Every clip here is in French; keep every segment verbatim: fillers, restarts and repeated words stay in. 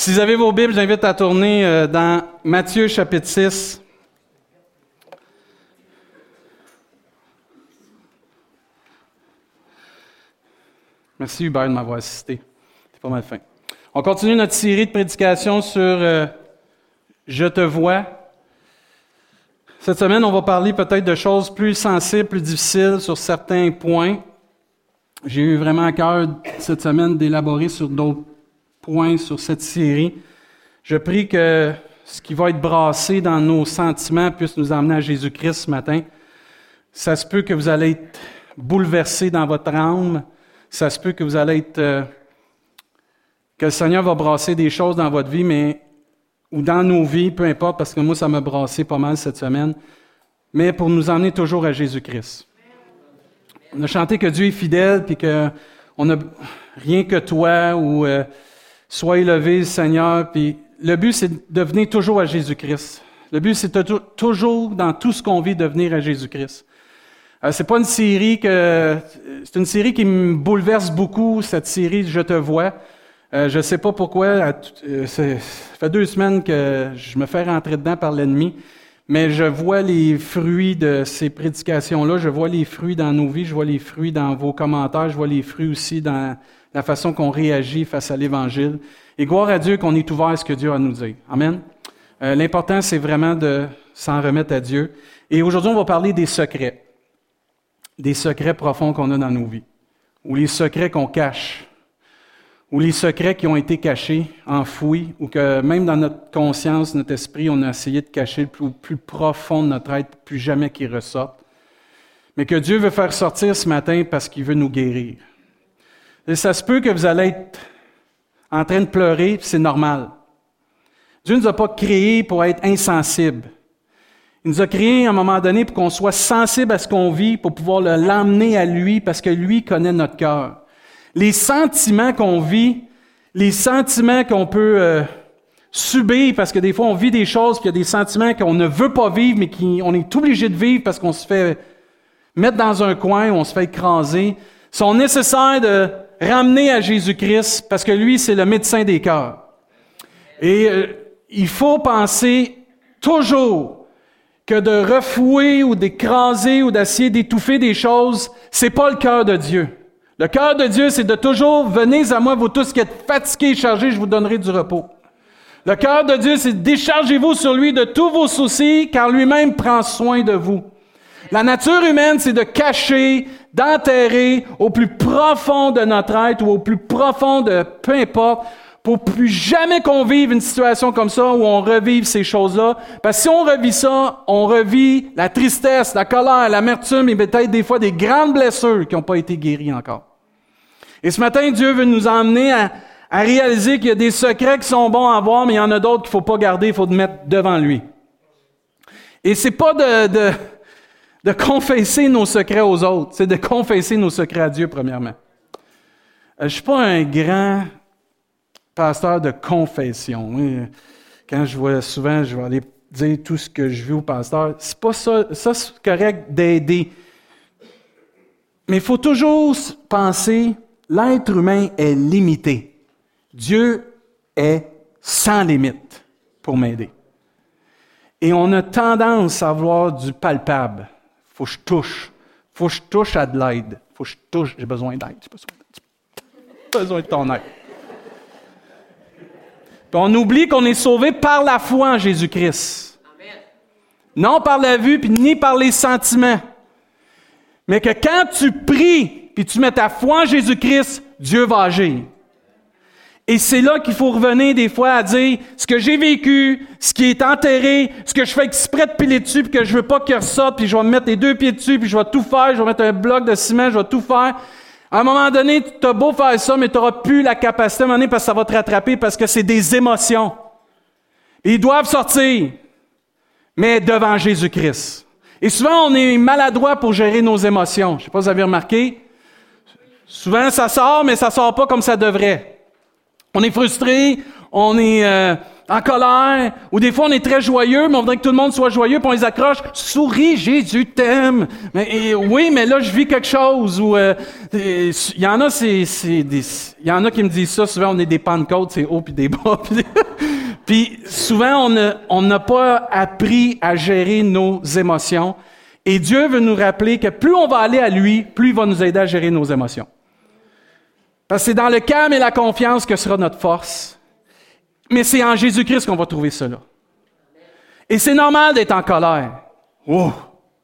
Si vous avez vos Bibles, j'invite à tourner euh, dans Matthieu chapitre six. Merci Hubert de m'avoir assisté. C'est pas mal fin. On continue notre série de prédications sur euh, « Je te vois ». Cette semaine, on va parler peut-être de choses plus sensibles, plus difficiles sur certains points. J'ai eu vraiment à cœur cette semaine d'élaborer sur d'autres points sur cette série. Je prie que ce qui va être brassé dans nos sentiments puisse nous emmener à Jésus-Christ ce matin. Ça se peut que vous allez être bouleversés dans votre âme. Ça se peut que vous allez être... Euh, que le Seigneur va brasser des choses dans votre vie, mais ou dans nos vies, peu importe, parce que moi, ça m'a brassé pas mal cette semaine, mais pour nous emmener toujours à Jésus-Christ. On a chanté que Dieu est fidèle, puis qu'on n'a rien que toi, ou euh, sois élevé, Seigneur, puis le but, c'est de venir toujours à Jésus-Christ. Le but, c'est de, toujours, dans tout ce qu'on vit, de venir à Jésus-Christ. Euh, c'est pas une série que... C'est une série qui me bouleverse beaucoup, cette série « Je te vois ». Euh, je ne sais pas pourquoi, euh, ça fait deux semaines que je me fais rentrer dedans par l'ennemi, mais je vois les fruits de ces prédications-là, je vois les fruits dans nos vies, je vois les fruits dans vos commentaires, je vois les fruits aussi dans la façon qu'on réagit face à l'Évangile. Et gloire à Dieu qu'on est ouvert à ce que Dieu a à nous dire. Amen. Euh, l'important, c'est vraiment de s'en remettre à Dieu. Et aujourd'hui, on va parler des secrets. Des secrets profonds qu'on a dans nos vies, ou les secrets qu'on cache, ou les secrets qui ont été cachés, enfouis, ou que même dans notre conscience, notre esprit, on a essayé de cacher le plus, plus profond de notre être, plus jamais qu'il ressorte. Mais que Dieu veut faire sortir ce matin parce qu'il veut nous guérir. Et ça se peut que vous allez être en train de pleurer, puis c'est normal. Dieu ne nous a pas créés pour être insensibles. Il nous a créés à un moment donné pour qu'on soit sensible à ce qu'on vit, pour pouvoir l'emmener à lui, parce que lui connaît notre cœur. Les sentiments qu'on vit, les sentiments qu'on peut euh, subir, parce que des fois on vit des choses, puis il y a des sentiments qu'on ne veut pas vivre, mais qu'on est obligé de vivre parce qu'on se fait mettre dans un coin, on se fait écraser, sont nécessaires de ramener à Jésus-Christ, parce que lui, c'est le médecin des cœurs. Et euh, il faut penser toujours que de refouer ou d'écraser ou d'essayer d'étouffer des choses, c'est pas le cœur de Dieu. Le cœur de Dieu, c'est de toujours « Venez à moi, vous tous qui êtes fatigués et chargés, je vous donnerai du repos. » Le cœur de Dieu, c'est « Déchargez-vous sur lui de tous vos soucis, car lui-même prend soin de vous. » La nature humaine, c'est de cacher, d'enterrer au plus profond de notre être ou au plus profond de peu importe, pour plus jamais qu'on vive une situation comme ça où on revive ces choses-là. Parce que si on revit ça, on revit la tristesse, la colère, l'amertume et peut-être des fois des grandes blessures qui n'ont pas été guéries encore. Et ce matin, Dieu veut nous emmener à, à réaliser qu'il y a des secrets qui sont bons à voir, mais il y en a d'autres qu'il ne faut pas garder, il faut le mettre devant lui. Et c'est pas de, de, de confesser nos secrets aux autres, c'est de confesser nos secrets à Dieu, premièrement. Euh, je ne suis pas un grand pasteur de confession. Oui. Quand je vois souvent, je vais aller dire tout ce que je vis au pasteur. C'est pas ça, ça c'est correct d'aider. Mais il faut toujours penser, l'être humain est limité. Dieu est sans limite pour m'aider. Et on a tendance à vouloir du palpable. Il faut que je touche. Il faut que je touche à de l'aide. Il faut que je touche. J'ai besoin d'aide. J'ai besoin, j'ai besoin de ton aide. Puis on oublie qu'on est sauvé par la foi en Jésus-Christ. Amen. Non par la vue, puis ni par les sentiments. Mais que quand tu pries, puis tu mets ta foi en Jésus-Christ, Dieu va agir. Et c'est là qu'il faut revenir des fois à dire ce que j'ai vécu, ce qui est enterré, ce que je fais exprès de piler dessus, puis que je veux pas qu'il ressorte, puis je vais me mettre les deux pieds dessus, puis je vais tout faire, je vais mettre un bloc de ciment, je vais tout faire. À un moment donné, tu as beau faire ça, mais tu n'auras plus la capacité à un moment donné parce que ça va te rattraper parce que c'est des émotions. Et ils doivent sortir, mais devant Jésus-Christ. Et souvent, on est maladroit pour gérer nos émotions. Je ne sais pas si vous avez remarqué. Souvent, ça sort, mais ça ne sort pas comme ça devrait. On est frustré, on est euh, en colère, ou des fois on est très joyeux, mais on voudrait que tout le monde soit joyeux, puis on les accroche. Souris, Jésus t'aime. Mais et, oui, mais là je vis quelque chose. Ou il euh, y en a, c'est, c'est des, il y en a qui me disent ça. Souvent on est des Pentecôtes, c'est haut puis des bas. Puis souvent on n'a on n'a pas appris à gérer nos émotions. Et Dieu veut nous rappeler que plus on va aller à lui, plus il va nous aider à gérer nos émotions. Parce que c'est dans le calme et la confiance que sera notre force. Mais c'est en Jésus-Christ qu'on va trouver cela. Et c'est normal d'être en colère. Oh.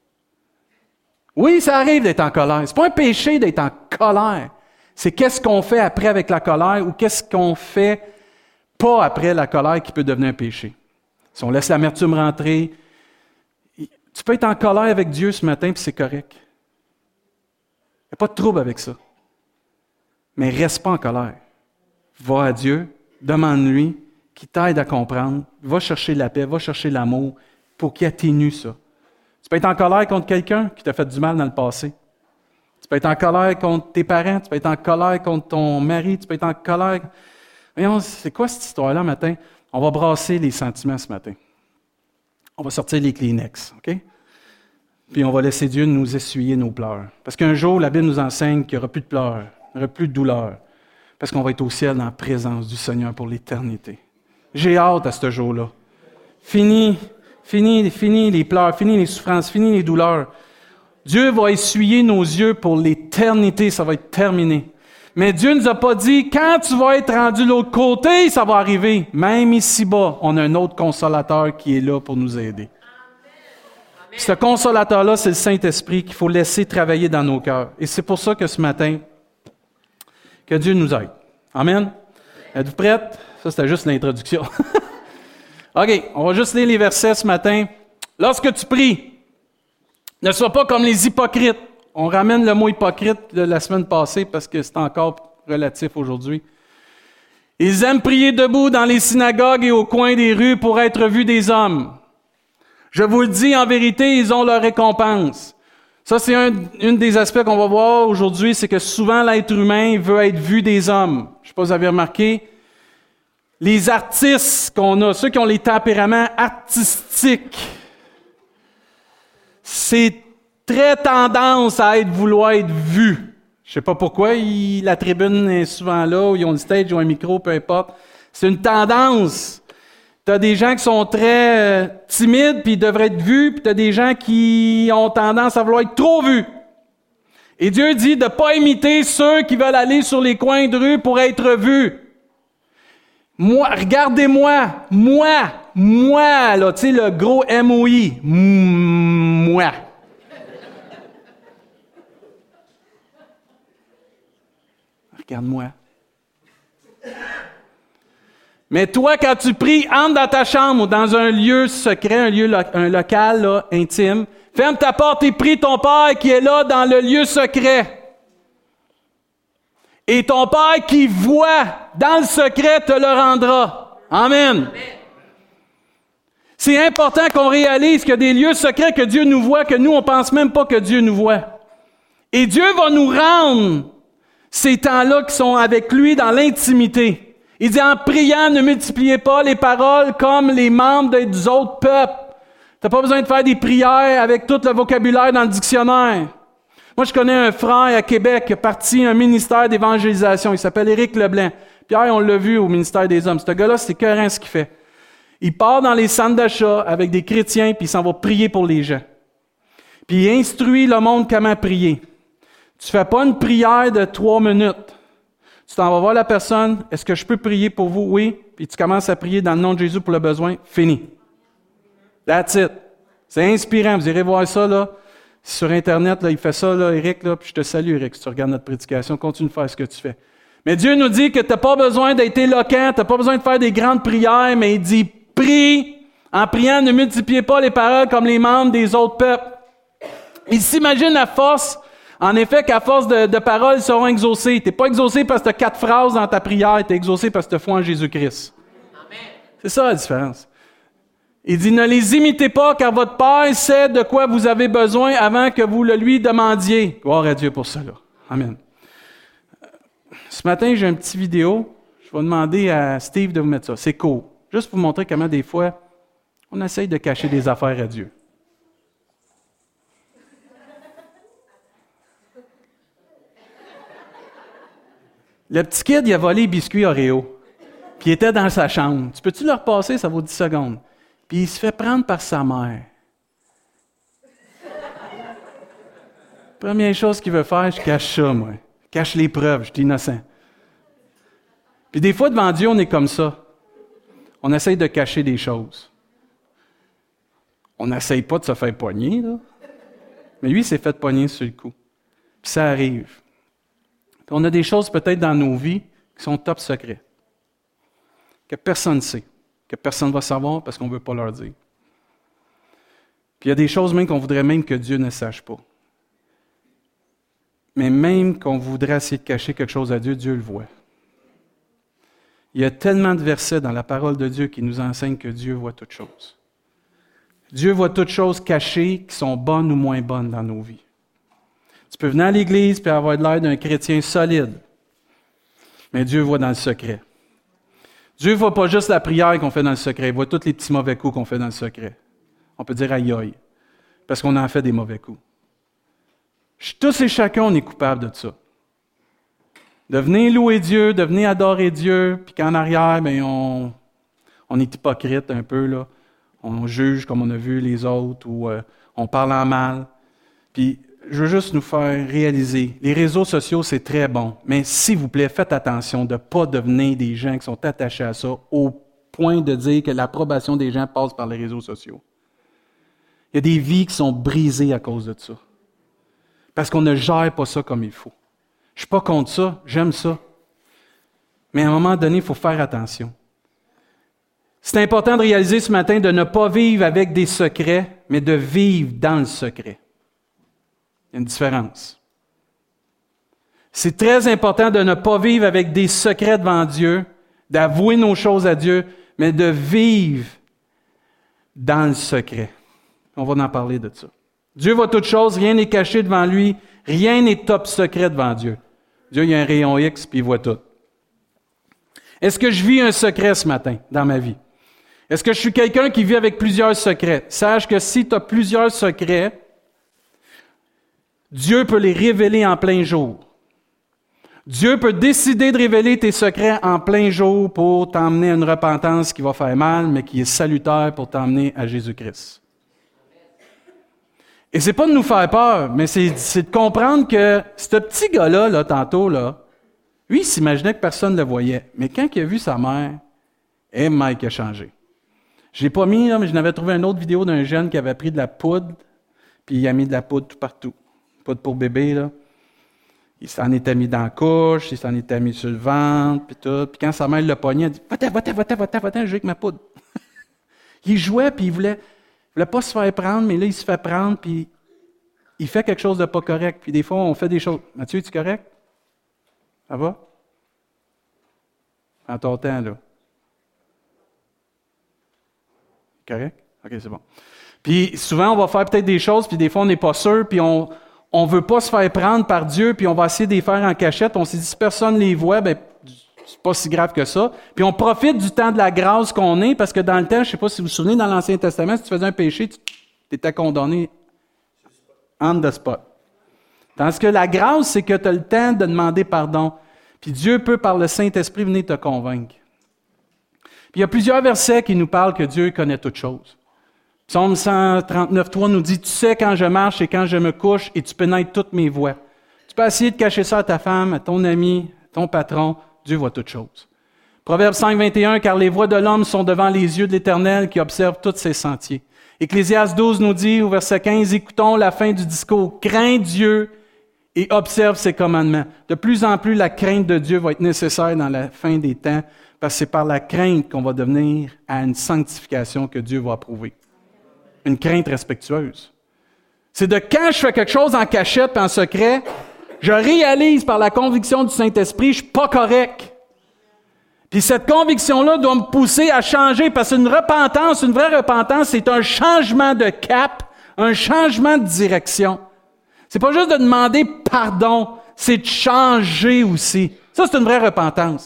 Oui, ça arrive d'être en colère. C'est pas un péché d'être en colère. C'est qu'est-ce qu'on fait après avec la colère ou qu'est-ce qu'on fait pas après la colère qui peut devenir un péché. Si on laisse l'amertume rentrer, tu peux être en colère avec Dieu ce matin puis c'est correct. Il n'y a pas de trouble avec ça. Mais reste pas en colère. Va à Dieu, demande-lui qui t'aide à comprendre, va chercher la paix, va chercher l'amour pour qu'il atténue ça. Tu peux être en colère contre quelqu'un qui t'a fait du mal dans le passé. Tu peux être en colère contre tes parents, tu peux être en colère contre ton mari, tu peux être en colère. Voyons, c'est quoi cette histoire-là matin? On va brasser les sentiments ce matin. On va sortir les Kleenex, OK? Puis on va laisser Dieu nous essuyer nos pleurs. Parce qu'un jour, la Bible nous enseigne qu'il n'y aura plus de pleurs, il n'y aura plus de douleur. Parce qu'on va être au ciel dans la présence du Seigneur pour l'éternité. J'ai hâte à ce jour-là. Fini, fini, fini les pleurs, fini les souffrances, fini les douleurs. Dieu va essuyer nos yeux pour l'éternité, ça va être terminé. Mais Dieu ne nous a pas dit, quand tu vas être rendu de l'autre côté, ça va arriver. Même ici-bas, on a un autre consolateur qui est là pour nous aider. Puis ce consolateur-là, c'est le Saint-Esprit qu'il faut laisser travailler dans nos cœurs. Et c'est pour ça que ce matin, que Dieu nous aide. Amen. Êtes-vous prêtes? Ça, c'était juste l'introduction. OK, on va juste lire les versets ce matin. Lorsque tu pries, ne sois pas comme les hypocrites. On ramène le mot hypocrite de la semaine passée parce que c'est encore relatif aujourd'hui. Ils aiment prier debout dans les synagogues et au coin des rues pour être vus des hommes. Je vous le dis, en vérité, ils ont leur récompense. Ça, c'est un, un des aspects qu'on va voir aujourd'hui, c'est que souvent l'être humain veut être vu des hommes. Je ne sais pas si vous avez remarqué, les artistes qu'on a, ceux qui ont les tempéraments artistiques, c'est très tendance à être vouloir être vu. Je ne sais pas pourquoi, il, la tribune est souvent là, ou ils ont le stage, ils ont un micro, peu importe. C'est une tendance. Tu as des gens qui sont très euh, timides, puis ils devraient être vus, puis tu as des gens qui ont tendance à vouloir être trop vus. Et Dieu dit de ne pas imiter ceux qui veulent aller sur les coins de rue pour être vus. Moi, regardez-moi, moi, moi, là, tu sais, le gros M O I, moi. Regarde-moi. Mais toi, quand tu pries, entre dans ta chambre ou dans un lieu secret, un lieu, un local là, intime, ferme ta porte et prie ton Père qui est là dans le lieu secret. Et ton Père qui voit dans le secret te le rendra. Amen. Amen. C'est important qu'on réalise qu'il y a des lieux secrets que Dieu nous voit, que nous, on pense même pas que Dieu nous voit. Et Dieu va nous rendre ces temps-là qui sont avec lui dans l'intimité. Il dit, en priant, ne multipliez pas les paroles comme les membres des autres peuples. Tu n'as pas besoin de faire des prières avec tout le vocabulaire dans le dictionnaire. Moi, je connais un frère à Québec qui a parti un ministère d'évangélisation. Il s'appelle Éric Leblanc. Pierre, on l'a vu au ministère des Hommes. Ce gars-là, c'est écœurant ce qu'il fait. Il part dans les centres d'achat avec des chrétiens, puis il s'en va prier pour les gens. Puis il instruit le monde comment prier. Tu ne fais pas une prière de trois minutes. Tu t'en vas voir la personne. Est-ce que je peux prier pour vous? Oui. Puis tu commences à prier dans le nom de Jésus pour le besoin. Fini. That's it. C'est inspirant. Vous irez voir ça, là. Sur Internet, là, il fait ça, là, Éric, là, puis je te salue, Éric, si tu regardes notre prédication, continue de faire ce que tu fais. Mais Dieu nous dit que tu n'as pas besoin d'être éloquent, tu n'as pas besoin de faire des grandes prières, mais il dit, prie, en priant, ne multipliez pas les paroles comme les membres des autres peuples. Il s'imagine à force, en effet, qu'à force de, de paroles, ils seront exaucés. Tu n'es pas exaucé parce que tu as quatre phrases dans ta prière, tu es exaucé parce que tu as foi en Jésus-Christ. Amen. C'est ça la différence. Il dit, ne les imitez pas, car votre Père sait de quoi vous avez besoin avant que vous le lui demandiez. Gloire à Dieu pour cela. Amen. Ce matin, j'ai une petite vidéo. Je vais demander à Steve de vous mettre ça. C'est court. Juste pour vous montrer comment des fois, on essaye de cacher des affaires à Dieu. Le petit kid, il a volé les biscuits Oreo, puis il était dans sa chambre. Tu peux-tu le repasser? Ça vaut dix secondes. Puis il se fait prendre par sa mère. Première chose qu'il veut faire, je cache ça, moi. Je cache les preuves, je suis innocent. Puis des fois, devant Dieu, on est comme ça. On essaye de cacher des choses. On n'essaye pas de se faire pogner, là. Mais lui, il s'est fait pogner sur le coup. Puis ça arrive. Puis on a des choses peut-être dans nos vies qui sont top secrets, que personne ne sait, que personne ne va savoir parce qu'on ne veut pas leur dire. Puis il y a des choses même qu'on voudrait même que Dieu ne sache pas. Mais même qu'on voudrait essayer de cacher quelque chose à Dieu, Dieu le voit. Il y a tellement de versets dans la parole de Dieu qui nous enseignent que Dieu voit toutes choses. Dieu voit toutes choses cachées qui sont bonnes ou moins bonnes dans nos vies. Tu peux venir à l'Église et avoir l'air d'un chrétien solide, mais Dieu voit dans le secret. Dieu ne voit pas juste la prière qu'on fait dans le secret, il voit tous les petits mauvais coups qu'on fait dans le secret. On peut dire aïe aïe, parce qu'on en fait des mauvais coups. Tous et chacun, on est coupable de ça. De venir louer Dieu, de venir adorer Dieu, puis qu'en arrière, bien, on, on est hypocrite un peu, là. On juge comme on a vu les autres, ou euh, on parle en mal. Puis, je veux juste nous faire réaliser, les réseaux sociaux, c'est très bon, mais s'il vous plaît, faites attention de ne pas devenir des gens qui sont attachés à ça au point de dire que l'approbation des gens passe par les réseaux sociaux. Il y a des vies qui sont brisées à cause de ça. Parce qu'on ne gère pas ça comme il faut. Je ne suis pas contre ça, j'aime ça. Mais à un moment donné, il faut faire attention. C'est important de réaliser ce matin de ne pas vivre avec des secrets, mais de vivre dans le secret. Il y a une différence. C'est très important de ne pas vivre avec des secrets devant Dieu, d'avouer nos choses à Dieu, mais de vivre dans le secret. On va en parler de ça. Dieu voit toutes choses, rien n'est caché devant lui, rien n'est top secret devant Dieu. Dieu, il y a un rayon X, puis il voit tout. Est-ce que je vis un secret ce matin dans ma vie? Est-ce que je suis quelqu'un qui vit avec plusieurs secrets? Sache que si tu as plusieurs secrets, Dieu peut les révéler en plein jour. Dieu peut décider de révéler tes secrets en plein jour pour t'emmener à une repentance qui va faire mal, mais qui est salutaire pour t'emmener à Jésus-Christ. Et c'est pas de nous faire peur, mais c'est, c'est de comprendre que ce petit gars-là, là, tantôt, là, lui, il s'imaginait que personne ne le voyait. Mais quand il a vu sa mère, eh, Mike a changé. Je l'ai pas mis, là, mais je n'avais trouvé une autre vidéo d'un jeune qui avait pris de la poudre, puis il a mis de la poudre tout partout. Poudre pour bébé, là. Il s'en était mis dans la couche, il s'en était mis sur le ventre, puis tout. Puis quand sa mère le pognait, elle dit « Va-t'en, va-t'en, va-t'en, va-t'en, va-t'en, je joue avec ma poudre. » Il jouait, puis il voulait, il voulait pas se faire prendre, mais là, il se fait prendre, puis il fait quelque chose de pas correct. Puis des fois, on fait des choses. « Mathieu, es-tu correct? Ça va? » En ton temps, là. Correct? OK, c'est bon. Puis souvent, on va faire peut-être des choses, puis des fois, on n'est pas sûr, puis on on veut pas se faire prendre par Dieu, puis on va essayer de les faire en cachette. On s'est dit, si personne ne les voit, bien, c'est pas si grave que ça. Puis on profite du temps de la grâce qu'on est, parce que dans le temps, je ne sais pas si vous vous souvenez, dans l'Ancien Testament, si tu faisais un péché, tu étais condamné on the spot. Tandis que la grâce, c'est que tu as le temps de demander pardon. Puis Dieu peut, par le Saint-Esprit, venir te convaincre. Puis il y a plusieurs versets qui nous parlent que Dieu connaît toutes choses. Psaume cent trente-neuf, trois nous dit « Tu sais quand je marche et quand je me couche, et tu pénètres toutes mes voies. » Tu peux essayer de cacher ça à ta femme, à ton ami, à ton patron. Dieu voit toutes choses. Proverbe cinq, vingt et un, « Car les voies de l'homme sont devant les yeux de l'Éternel qui observe tous ses sentiers. » Ecclésiaste douze nous dit au verset quinze, « Écoutons la fin du discours. Crains Dieu et observe ses commandements. » De plus en plus, la crainte de Dieu va être nécessaire dans la fin des temps, parce que c'est par la crainte qu'on va devenir à une sanctification que Dieu va approuver. Une crainte respectueuse. C'est de quand je fais quelque chose en cachette et en secret, je réalise par la conviction du Saint-Esprit, je ne suis pas correct. Puis cette conviction-là doit me pousser à changer, parce qu'une repentance, une vraie repentance, c'est un changement de cap, un changement de direction. C'est pas juste de demander pardon, c'est de changer aussi. Ça, c'est une vraie repentance.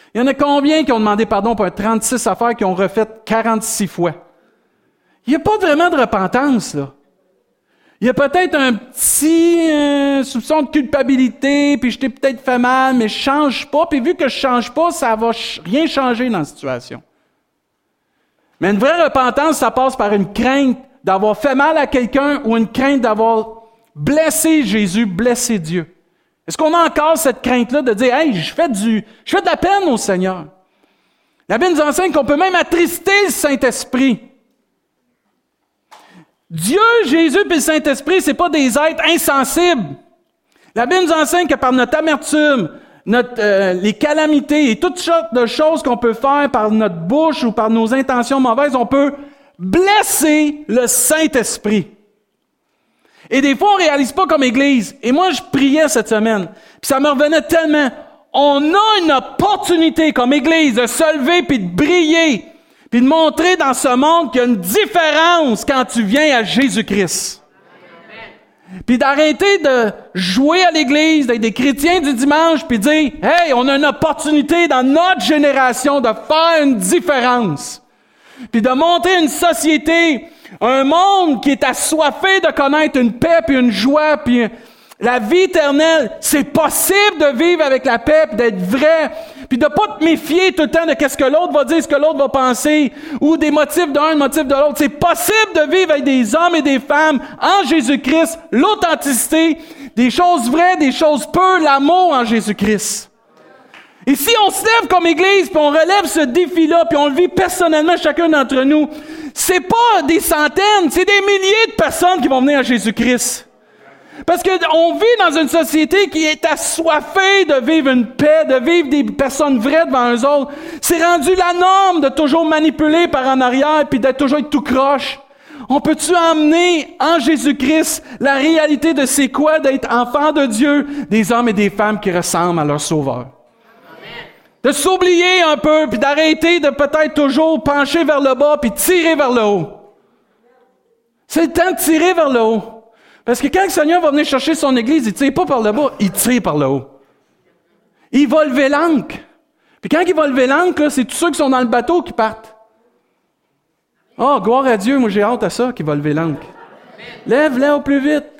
Il y en a combien qui ont demandé pardon pour un trente-six affaires qui ont refait quarante-six fois? Il n'y a pas vraiment de repentance, là. Il y a peut-être un petit euh, soupçon de culpabilité, puis je t'ai peut-être fait mal, mais je ne change pas, puis vu que je ne change pas, ça ne va ch- rien changer dans la situation. Mais une vraie repentance, ça passe par une crainte d'avoir fait mal à quelqu'un ou une crainte d'avoir blessé Jésus, blessé Dieu. Est-ce qu'on a encore cette crainte-là de dire « Hey, je fais, du, je fais de la peine au Seigneur. » La Bible nous enseigne qu'on peut même attrister le Saint-Esprit. Dieu, Jésus et le Saint-Esprit, ce n'est pas des êtres insensibles. La Bible nous enseigne que par notre amertume, notre, euh, les calamités et toutes sortes de choses qu'on peut faire par notre bouche ou par nos intentions mauvaises, on peut blesser le Saint-Esprit. Et des fois, on ne réalise pas comme Église. Et moi, je priais cette semaine, puis ça me revenait tellement. On a une opportunité comme Église de se lever puis de briller, puis de montrer dans ce monde qu'il y a une différence quand tu viens à Jésus-Christ. Puis d'arrêter de jouer à l'Église, d'être des chrétiens du dimanche, puis de dire « Hey, on a une opportunité dans notre génération de faire une différence. » Puis de montrer une société, un monde qui est assoiffé de connaître une paix, puis une joie, puis la vie éternelle. C'est possible de vivre avec la paix, puis d'être vrai, puis de ne pas te méfier tout le temps de ce que l'autre va dire, ce que l'autre va penser, ou des motifs d'un, des motifs de l'autre. C'est possible de vivre avec des hommes et des femmes en Jésus-Christ, l'authenticité, des choses vraies, des choses pures, l'amour en Jésus-Christ. Et si on se lève comme Église, puis on relève ce défi-là, puis on le vit personnellement chacun d'entre nous, c'est pas des centaines, c'est des milliers de personnes qui vont venir à Jésus-Christ. Parce qu'on vit dans une société qui est assoiffée de vivre une paix, de vivre des personnes vraies devant eux autres. C'est rendu la norme de toujours manipuler par en arrière, puis d'être toujours tout croche. On peut-tu emmener en Jésus-Christ la réalité de c'est quoi d'être enfant de Dieu, des hommes et des femmes qui ressemblent à leur Sauveur? De s'oublier un peu, puis d'arrêter de peut-être toujours pencher vers le bas, puis tirer vers le haut. C'est le temps de tirer vers le haut. Parce que quand le Seigneur va venir chercher son Église, il ne tire pas par le bas, il tire par le haut. Il va lever l'ancre. Puis quand il va lever l'ancre, là, c'est tous ceux qui sont dans le bateau qui partent. Oh, gloire à Dieu, moi j'ai hâte à ça, qu'il va lever l'ancre. Lève-la au plus vite.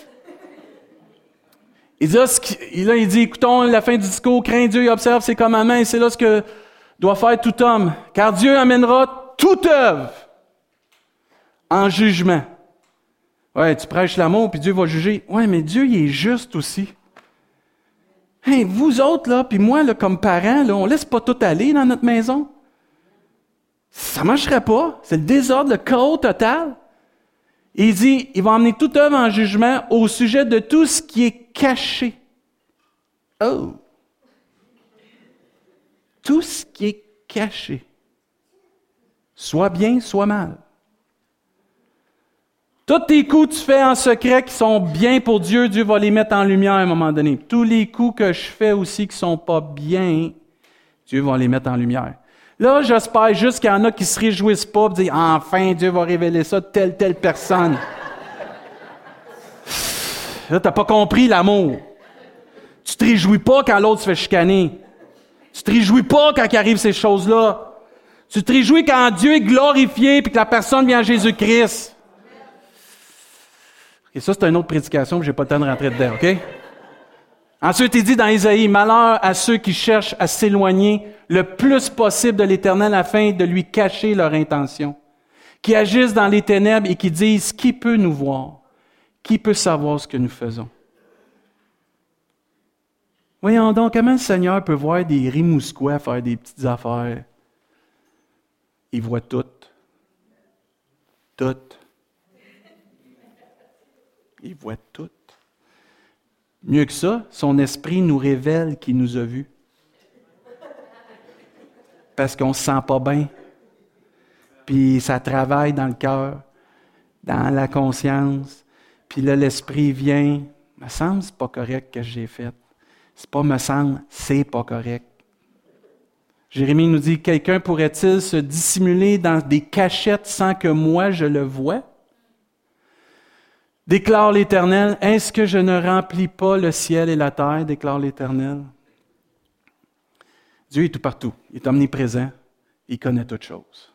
Il dit, là, il dit, écoutons la fin du discours, crains Dieu et observe ses commandements, et c'est là ce que doit faire tout homme. Car Dieu amènera toute œuvre en jugement. Ouais, tu prêches l'amour, puis Dieu va juger. Ouais, mais Dieu, il est juste aussi. Hey, vous autres, là, puis moi, là, comme parents, là, on laisse pas tout aller dans notre maison. Ça marcherait pas. C'est le désordre, le chaos total. Et il dit, il va emmener toute œuvre en jugement au sujet de tout ce qui est caché. Oh! Tout ce qui est caché. Soit bien, soit mal. Tous tes coups que tu fais en secret qui sont bien pour Dieu, Dieu va les mettre en lumière à un moment donné. Tous les coups que je fais aussi qui ne sont pas bien, Dieu va les mettre en lumière. Là, j'espère juste qu'il y en a qui ne se réjouissent pas et disent « Enfin, Dieu va révéler ça de telle, telle personne. » Là, tu n'as pas compris l'amour. Tu ne te réjouis pas quand l'autre se fait chicaner. Tu ne te réjouis pas quand il arrive ces choses-là. Tu te réjouis quand Dieu est glorifié et que la personne vient à Jésus-Christ. Et ça, c'est une autre prédication que je n'ai pas le temps de rentrer dedans, OK? Ensuite, il dit dans Isaïe, « Malheur à ceux qui cherchent à s'éloigner le plus possible de l'Éternel afin de lui cacher leur intention, qui agissent dans les ténèbres et qui disent, qui peut nous voir? Qui peut savoir ce que nous faisons? » Voyons donc, comment le Seigneur peut voir des Rimousquois faire des petites affaires? Il voit tout. Tout. Il voit tout. Mieux que ça, son esprit nous révèle qu'il nous a vus. Parce qu'on ne se sent pas bien. Puis ça travaille dans le cœur, dans la conscience. Puis là, l'esprit vient. Me semble, c'est pas correct ce que j'ai fait. C'est pas me semble, c'est pas correct. Jérémie nous dit, quelqu'un pourrait-il se dissimuler dans des cachettes sans que moi je le voie? Déclare l'Éternel, est-ce que je ne remplis pas le ciel et la terre, déclare l'Éternel. Dieu est tout partout. Il est omniprésent. Il connaît toutes choses.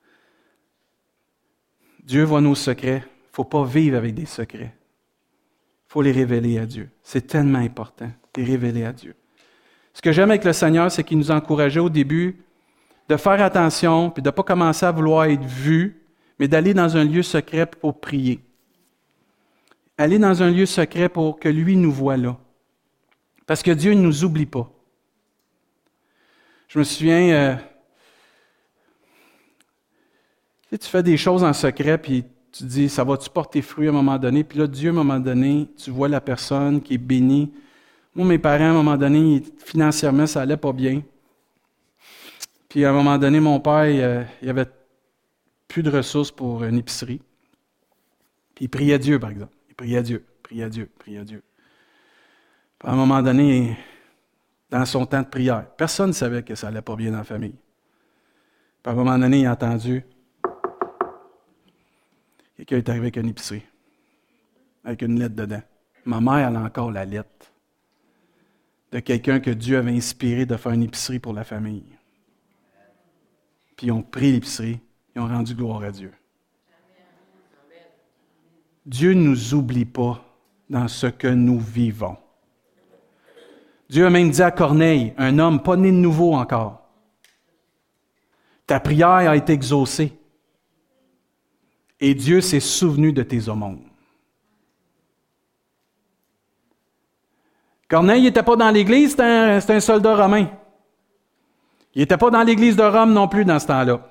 Dieu voit nos secrets. Il ne faut pas vivre avec des secrets. Il faut les révéler à Dieu. C'est tellement important, de les révéler à Dieu. Ce que j'aime avec le Seigneur, c'est qu'il nous encourageait au début de faire attention, puis de ne pas commencer à vouloir être vu, mais d'aller dans un lieu secret pour prier. Aller dans un lieu secret pour que lui nous voie là. Parce que Dieu ne nous oublie pas. Je me souviens, euh, tu sais, tu fais des choses en secret, puis tu te dis, ça va-tu porter fruit à un moment donné? Puis là, Dieu, à un moment donné, tu vois la personne qui est bénie. Moi, mes parents, à un moment donné, financièrement, ça allait pas bien. Puis à un moment donné, mon père, il, euh, il avait plus de ressources pour une épicerie. Puis il priait Dieu, par exemple. Il priait Dieu, priait Dieu, priait Dieu. Puis à un moment donné, dans son temps de prière, personne ne savait que ça allait pas bien dans la famille. Puis à un moment donné, il a entendu quelqu'un est arrivé avec une épicerie, avec une lettre dedans. Ma mère, elle a encore la lettre de quelqu'un que Dieu avait inspiré de faire une épicerie pour la famille. Puis ils ont pris l'épicerie, ils ont rendu gloire à Dieu. Dieu ne nous oublie pas dans ce que nous vivons. Dieu a même dit à Corneille, un homme pas né de nouveau encore, ta prière a été exaucée. Et Dieu s'est souvenu de tes aumônes. Corneille n'était pas dans l'Église, c'était un, c'était un soldat romain. Il n'était pas dans l'Église de Rome non plus dans ce temps-là.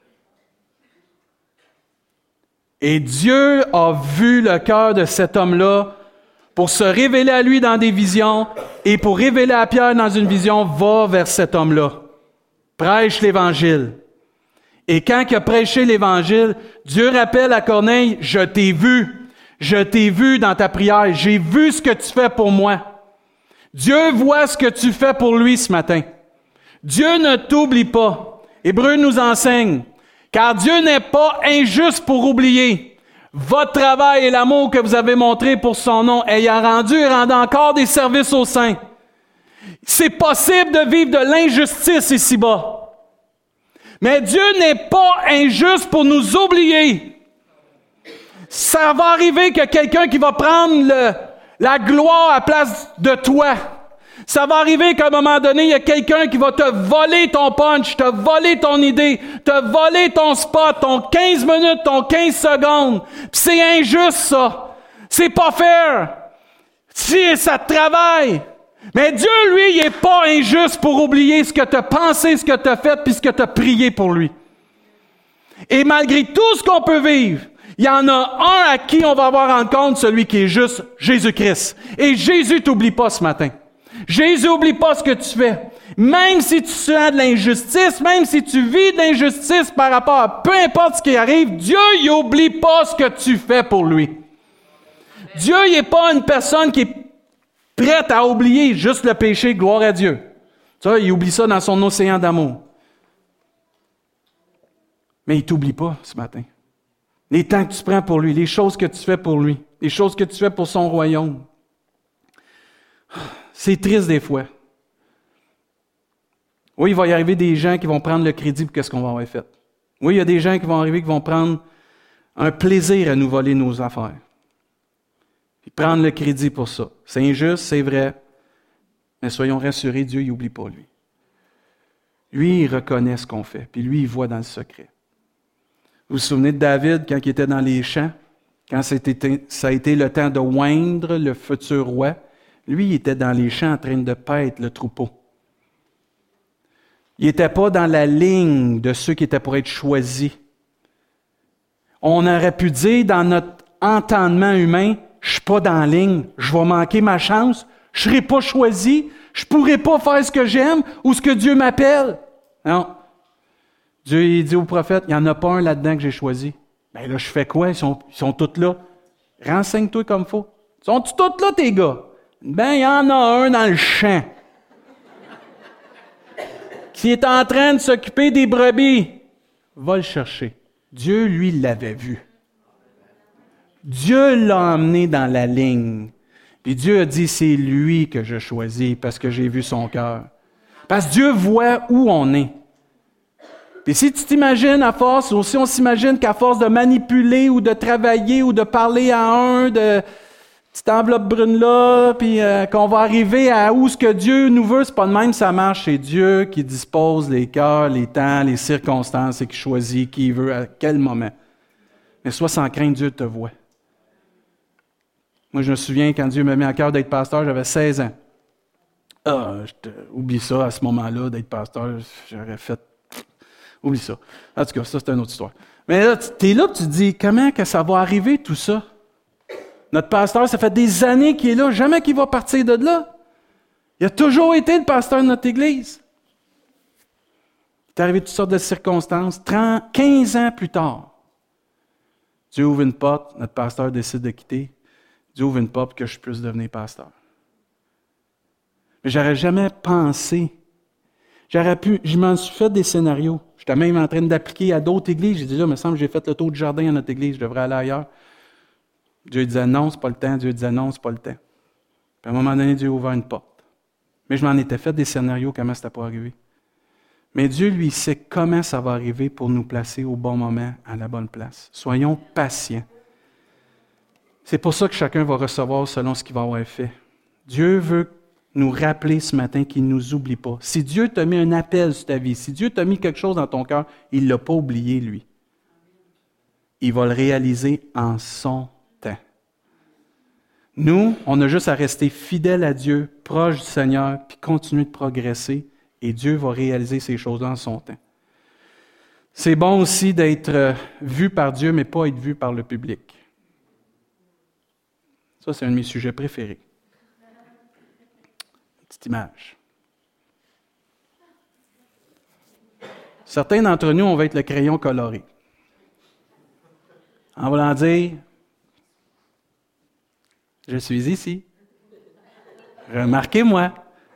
Et Dieu a vu le cœur de cet homme-là pour se révéler à lui dans des visions et pour révéler à Pierre dans une vision, va vers cet homme-là. Prêche l'Évangile. Et quand il a prêché l'Évangile, Dieu rappelle à Corneille, je t'ai vu, je t'ai vu dans ta prière, j'ai vu ce que tu fais pour moi. Dieu voit ce que tu fais pour lui ce matin. Dieu ne t'oublie pas. Hébreu nous enseigne, car Dieu n'est pas injuste pour oublier votre travail et l'amour que vous avez montré pour son nom, ayant rendu et rendant encore des services aux saints. C'est possible de vivre de l'injustice ici-bas. Mais Dieu n'est pas injuste pour nous oublier. Ça va arriver que quelqu'un qui va prendre le, la gloire à la place de toi. Ça va arriver qu'à un moment donné, il y a quelqu'un qui va te voler ton punch, te voler ton idée, te voler ton spot, ton quinze minutes, ton quinze secondes. Puis c'est injuste, ça. C'est pas fair. Si ça te travaille. Mais Dieu, lui, il n'est pas injuste pour oublier ce que tu as pensé, ce que tu as fait, puis ce que tu as prié pour lui. Et malgré tout ce qu'on peut vivre, il y en a un à qui on va avoir en compte, celui qui est juste, Jésus-Christ. Et Jésus t'oublie pas ce matin. Jésus n'oublie pas ce que tu fais. Même si tu sens de l'injustice, même si tu vis de l'injustice par rapport à peu importe ce qui arrive, Dieu, il n'oublie pas ce que tu fais pour lui. Dieu, il n'est pas une personne qui est prête à oublier juste le péché, gloire à Dieu. Ça, il oublie ça dans son océan d'amour. Mais il ne t'oublie pas ce matin. Les temps que tu prends pour lui, les choses que tu fais pour lui, les choses que tu fais pour son royaume. C'est triste des fois. Oui, il va y arriver des gens qui vont prendre le crédit pour ce qu'on va avoir fait. Oui, il y a des gens qui vont arriver qui vont prendre un plaisir à nous voler nos affaires. Puis prendre le crédit pour ça. C'est injuste, c'est vrai. Mais soyons rassurés, Dieu, il n'oublie pas lui. Lui, il reconnaît ce qu'on fait. Puis lui, il voit dans le secret. Vous vous souvenez de David quand il était dans les champs? Quand ça a été, ça a été le temps de oindre le futur roi? Lui, il était dans les champs en train de paître le troupeau. Il n'était pas dans la ligne de ceux qui étaient pour être choisis. On aurait pu dire dans notre entendement humain, je ne suis pas dans la ligne, je vais manquer ma chance, je ne serai pas choisi, je ne pourrai pas faire ce que j'aime ou ce que Dieu m'appelle. Non. Dieu il dit au prophète, il n'y en a pas un là-dedans que j'ai choisi. Bien là, je fais quoi? Ils sont, ils sont tous là. Renseigne-toi comme il faut. Ils sont tous là, tes gars? Ben, il y en a un dans le champ qui est en train de s'occuper des brebis. Va le chercher. Dieu, lui, l'avait vu. Dieu l'a emmené dans la ligne. Puis Dieu a dit, c'est lui que je choisis parce que j'ai vu son cœur. Parce que Dieu voit où on est. Et si tu t'imagines à force, ou si on s'imagine qu'à force de manipuler ou de travailler ou de parler à un, de petite enveloppe brune-là, puis euh, qu'on va arriver à où ce que Dieu nous veut, c'est pas de même ça marche. C'est Dieu qui dispose les cœurs, les temps, les circonstances et qui choisit qui il veut à quel moment. Mais sois sans crainte, Dieu te voit. Moi, je me souviens quand Dieu m'a mis à cœur d'être pasteur, j'avais seize ans. Ah, je te, oublie ça à ce moment-là, d'être pasteur, j'aurais fait. Oublie ça. En tout cas, ça, c'est une autre histoire. Mais là, tu es là, tu te dis, comment que ça va arriver, tout ça? Notre pasteur, ça fait des années qu'il est là, jamais qu'il va partir de là. Il a toujours été le pasteur de notre Église. Il est arrivé toutes sortes de circonstances. trente, quinze ans plus tard, Dieu ouvre une porte, notre pasteur décide de quitter. Dieu ouvre une porte pour que je puisse devenir pasteur. Mais j'aurais jamais pensé. J'aurais pu, je m'en suis fait des scénarios. J'étais même en train d'appliquer à d'autres églises. J'ai dit, là, il me semble que j'ai fait le tour du jardin à notre église, je devrais aller ailleurs. Dieu disait non, c'est pas le temps. Dieu disait non, c'est pas le temps. Puis à un moment donné, Dieu a ouvert une porte. Mais je m'en étais fait des scénarios, comment ça pas arrivé. Mais Dieu, lui, sait comment ça va arriver pour nous placer au bon moment, à la bonne place. Soyons patients. C'est pour ça que chacun va recevoir selon ce qu'il va avoir fait. Dieu veut nous rappeler ce matin qu'il ne nous oublie pas. Si Dieu t'a mis un appel sur ta vie, si Dieu t'a mis quelque chose dans ton cœur, il ne l'a pas oublié, lui. Il va le réaliser en son temps. Nous, on a juste à rester fidèles à Dieu, proches du Seigneur, puis continuer de progresser, et Dieu va réaliser ces choses-là en son temps. C'est bon aussi d'être vu par Dieu, mais pas être vu par le public. Ça, c'est un de mes sujets préférés. Petite image. Certains d'entre nous, on va être le crayon coloré. En voulant dire, je suis ici. Remarquez-moi.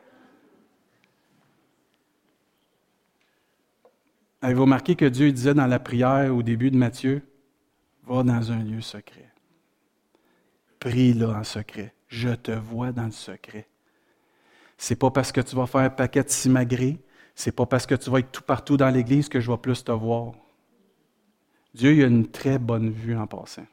Avez-vous remarqué que Dieu disait dans la prière au début de Matthieu, va dans un lieu secret. Prie là en secret. Je te vois dans le secret. C'est pas parce que tu vas faire un paquet de simagrées, c'est pas parce que tu vas être tout partout dans l'Église que je vais plus te voir. Dieu il a une très bonne vue en passant.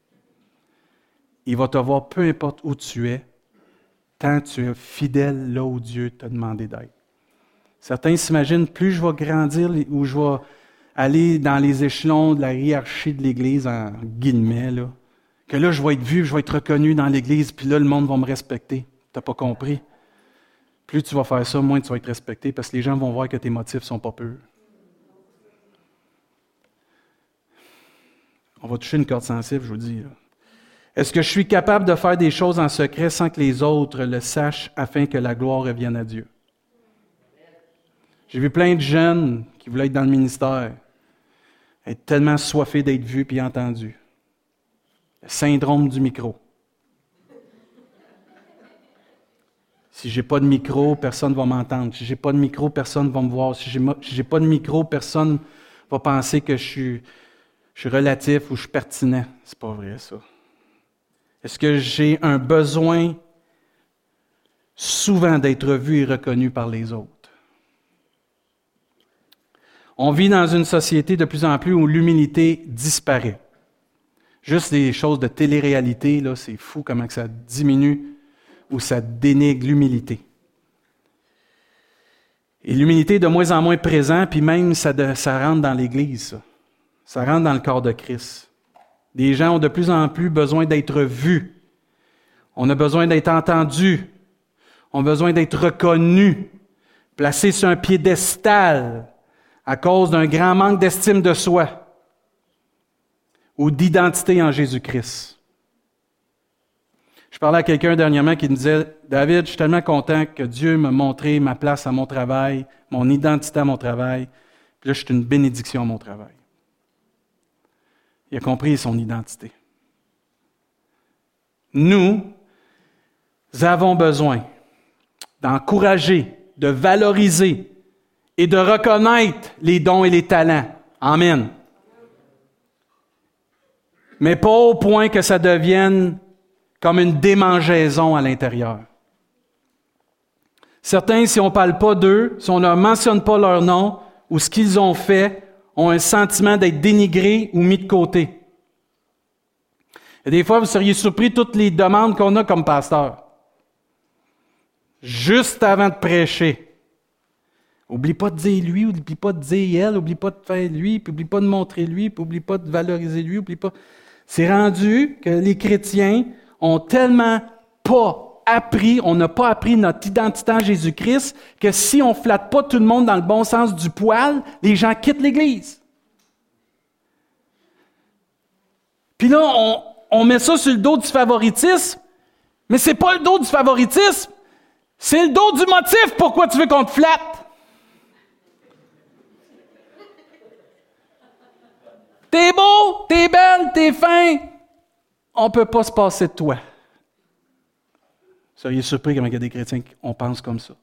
Il va te voir peu importe où tu es, tant tu es fidèle là où Dieu t'a demandé d'être. Certains s'imaginent, plus je vais grandir ou je vais aller dans les échelons de la hiérarchie de l'Église, en guillemets, là, que là, je vais être vu, je vais être reconnu dans l'Église, puis là, le monde va me respecter. Tu n'as pas compris. Plus tu vas faire ça, moins tu vas être respecté, parce que les gens vont voir que tes motifs ne sont pas purs. On va toucher une corde sensible, je vous dis. Là. Est-ce que je suis capable de faire des choses en secret sans que les autres le sachent afin que la gloire revienne à Dieu? J'ai vu plein de jeunes qui voulaient être dans le ministère, être tellement soifés d'être vus et entendus. Le syndrome du micro. Si je n'ai pas de micro, personne ne va m'entendre. Si je n'ai pas de micro, personne ne va me voir. Si je n'ai pas de micro, personne ne va penser que je suis, je suis relatif ou je suis pertinent. C'est pas vrai, ça. Est-ce que j'ai un besoin souvent d'être vu et reconnu par les autres? On vit dans une société de plus en plus où l'humilité disparaît. Juste des choses de télé-réalité, là, c'est fou comment que ça diminue ou ça dénigre l'humilité. Et l'humilité est de moins en moins présente, puis même ça, de, ça rentre dans l'Église, ça. Ça rentre dans le corps de Christ. Les gens ont de plus en plus besoin d'être vus. On a besoin d'être entendus. On a besoin d'être reconnus, placés sur un piédestal à cause d'un grand manque d'estime de soi ou d'identité en Jésus-Christ. Je parlais à quelqu'un dernièrement qui me disait, « David, je suis tellement content que Dieu m'a montré ma place à mon travail, mon identité à mon travail. Puis là, je suis une bénédiction à mon travail. » Il a compris son identité. Nous avons besoin d'encourager, de valoriser et de reconnaître les dons et les talents. Amen. Mais pas au point que ça devienne comme une démangeaison à l'intérieur. Certains, si on ne parle pas d'eux, si on ne mentionne pas leur nom ou ce qu'ils ont fait, ont un sentiment d'être dénigrés ou mis de côté. Et des fois, vous seriez surpris de toutes les demandes qu'on a comme pasteur. Juste avant de prêcher. Oublie pas de dire lui, oublie pas de dire elle, oublie pas de faire lui, puis oublie pas de montrer lui, puis oublie pas de valoriser lui, oublie pas. C'est rendu que les chrétiens ont tellement pas appris, on n'a pas appris notre identité en Jésus-Christ, que si on ne flatte pas tout le monde dans le bon sens du poil, les gens quittent l'Église. Puis là, on, on met ça sur le dos du favoritisme, mais c'est pas le dos du favoritisme, c'est le dos du motif pourquoi tu veux qu'on te flatte. T'es beau, t'es belle, t'es fin, on ne peut pas se passer de toi. Vous seriez surpris comment il y a des chrétiens qu'on pense comme ça.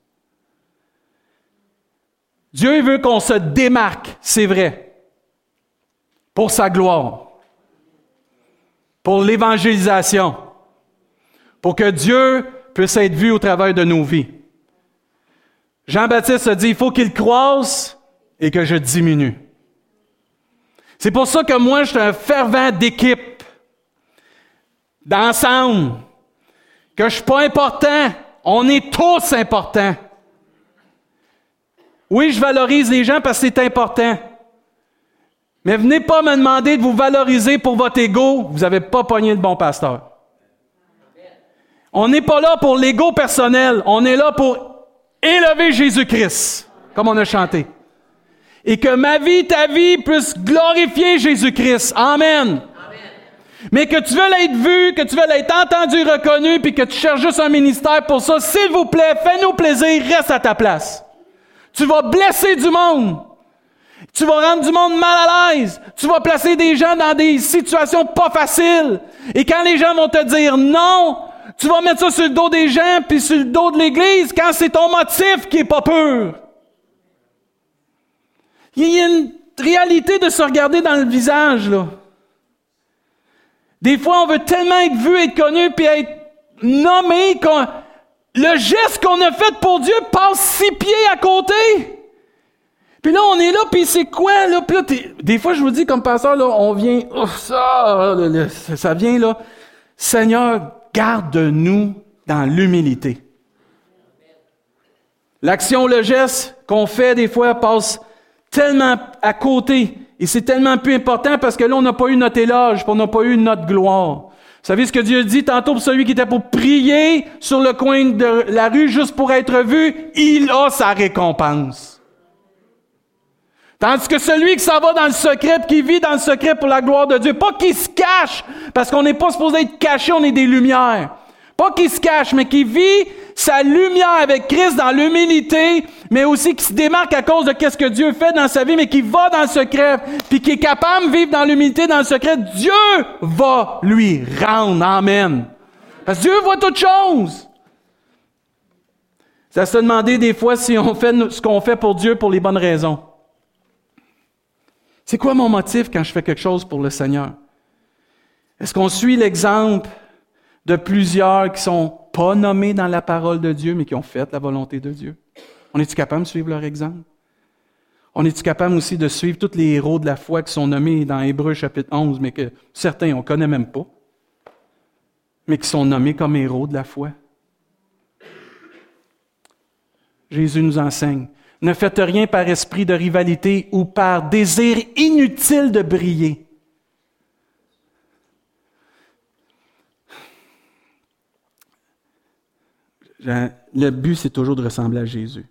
Dieu veut qu'on se démarque, c'est vrai, pour sa gloire, pour l'évangélisation, pour que Dieu puisse être vu au travers de nos vies. Jean-Baptiste a dit, il faut qu'il croisse et que je diminue. C'est pour ça que moi, je suis un fervent d'équipe, d'ensemble, que je ne suis pas important. On est tous importants. Oui, je valorise les gens parce que c'est important. Mais venez pas me demander de vous valoriser pour votre ego. Vous n'avez pas pogné le bon pasteur. On n'est pas là pour l'ego personnel. On est là pour élever Jésus-Christ, comme on a chanté. Et que ma vie, ta vie, puisse glorifier Jésus-Christ. Amen. Mais que tu veux l'être vu, que tu veux l'être entendu, reconnu, puis que tu cherches juste un ministère pour ça, s'il vous plaît, fais-nous plaisir, reste à ta place. Tu vas blesser du monde. Tu vas rendre du monde mal à l'aise. Tu vas placer des gens dans des situations pas faciles. Et quand les gens vont te dire non, tu vas mettre ça sur le dos des gens, puis sur le dos de l'Église, quand c'est ton motif qui est pas pur. Il y a une réalité de se regarder dans le visage, là. Des fois, on veut tellement être vu, être connu, puis être nommé, qu'on... le geste qu'on a fait pour Dieu passe six pieds à côté. Puis là, on est là, puis c'est quoi, là? Puis là, des fois, je vous dis, comme pasteur, là, on vient, oh, ça, là, là, ça vient, là. Seigneur, garde-nous dans l'humilité. L'action, le geste qu'on fait, des fois, passe tellement à côté. Et c'est tellement plus important parce que là, on n'a pas eu notre éloge, puis on n'a pas eu notre gloire. Vous savez ce que Dieu dit tantôt pour celui qui était pour prier sur le coin de la rue juste pour être vu? Il a sa récompense. Tandis que celui qui s'en va dans le secret, qui vit dans le secret pour la gloire de Dieu, pas qu'il se cache, parce qu'on n'est pas supposé être caché, on est des lumières. Pas qu'il se cache, mais qui vit sa lumière avec Christ dans l'humilité, mais aussi qui se démarque à cause de ce que Dieu fait dans sa vie, mais qui va dans le secret, puis qui est capable de vivre dans l'humilité, dans le secret, Dieu va lui rendre. Amen. Parce que Dieu voit toutes choses. Ça se demander des fois si on fait ce qu'on fait pour Dieu pour les bonnes raisons. C'est quoi mon motif quand je fais quelque chose pour le Seigneur? Est-ce qu'on suit l'exemple de plusieurs qui ne sont pas nommés dans la parole de Dieu, mais qui ont fait la volonté de Dieu? On est-tu capable de suivre leur exemple? On est-tu capable aussi de suivre tous les héros de la foi qui sont nommés dans Hébreux chapitre onze, mais que certains on ne connaît même pas, mais qui sont nommés comme héros de la foi? Jésus nous enseigne, ne faites rien par esprit de rivalité ou par désir inutile de briller. Le but, c'est toujours de ressembler à Jésus.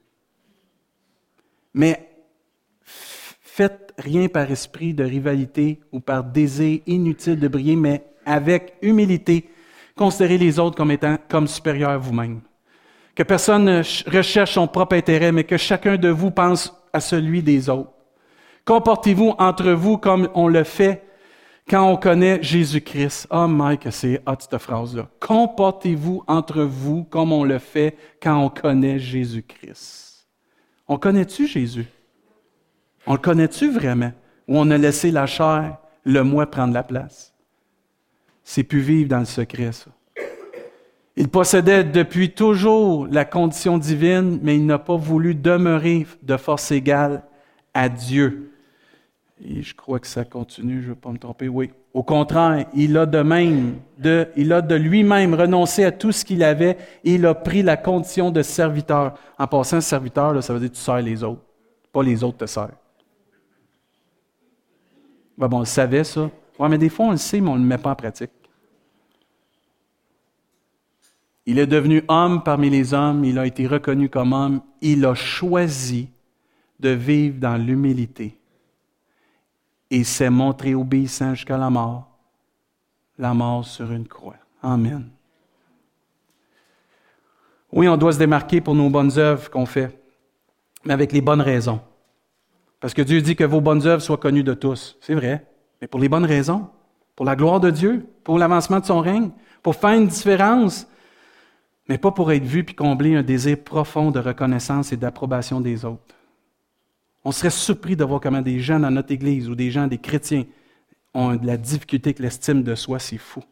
Mais faites rien par esprit de rivalité ou par désir inutile de briller, mais avec humilité, considérez les autres comme étant comme supérieurs à vous-même. Que personne ne recherche son propre intérêt, mais que chacun de vous pense à celui des autres. Comportez-vous entre vous comme on le fait quand on connaît Jésus-Christ. Oh Mike, c'est hot cette phrase-là. Comportez-vous entre vous comme on le fait quand on connaît Jésus-Christ. On connaît-tu Jésus? On le connaît-tu vraiment? Ou on a laissé la chair, le moi prendre la place? C'est plus vivre dans le secret, ça. Il possédait depuis toujours la condition divine, mais il n'a pas voulu demeurer de force égale à Dieu. Et je crois que ça continue, je ne vais pas me tromper, oui. Au contraire, il a de même, de, il a de lui-même renoncé à tout ce qu'il avait et il a pris la condition de serviteur. En passant, serviteur, là, ça veut dire que tu sers les autres, pas les autres te servent. Ben bon, on le savait ça. Oui, mais des fois, on le sait, mais on ne le met pas en pratique. Il est devenu homme parmi les hommes, il a été reconnu comme homme, il a choisi de vivre dans l'humilité. Et s'est montré obéissant jusqu'à la mort, la mort sur une croix. Amen. Oui, on doit se démarquer pour nos bonnes œuvres qu'on fait, mais avec les bonnes raisons. Parce que Dieu dit que vos bonnes œuvres soient connues de tous. C'est vrai, mais pour les bonnes raisons, pour la gloire de Dieu, pour l'avancement de son règne, pour faire une différence, mais pas pour être vu puis combler un désir profond de reconnaissance et d'approbation des autres. On serait surpris de voir comment des gens dans notre Église ou des gens, des chrétiens, ont de la difficulté avec l'estime de soi, c'est fou.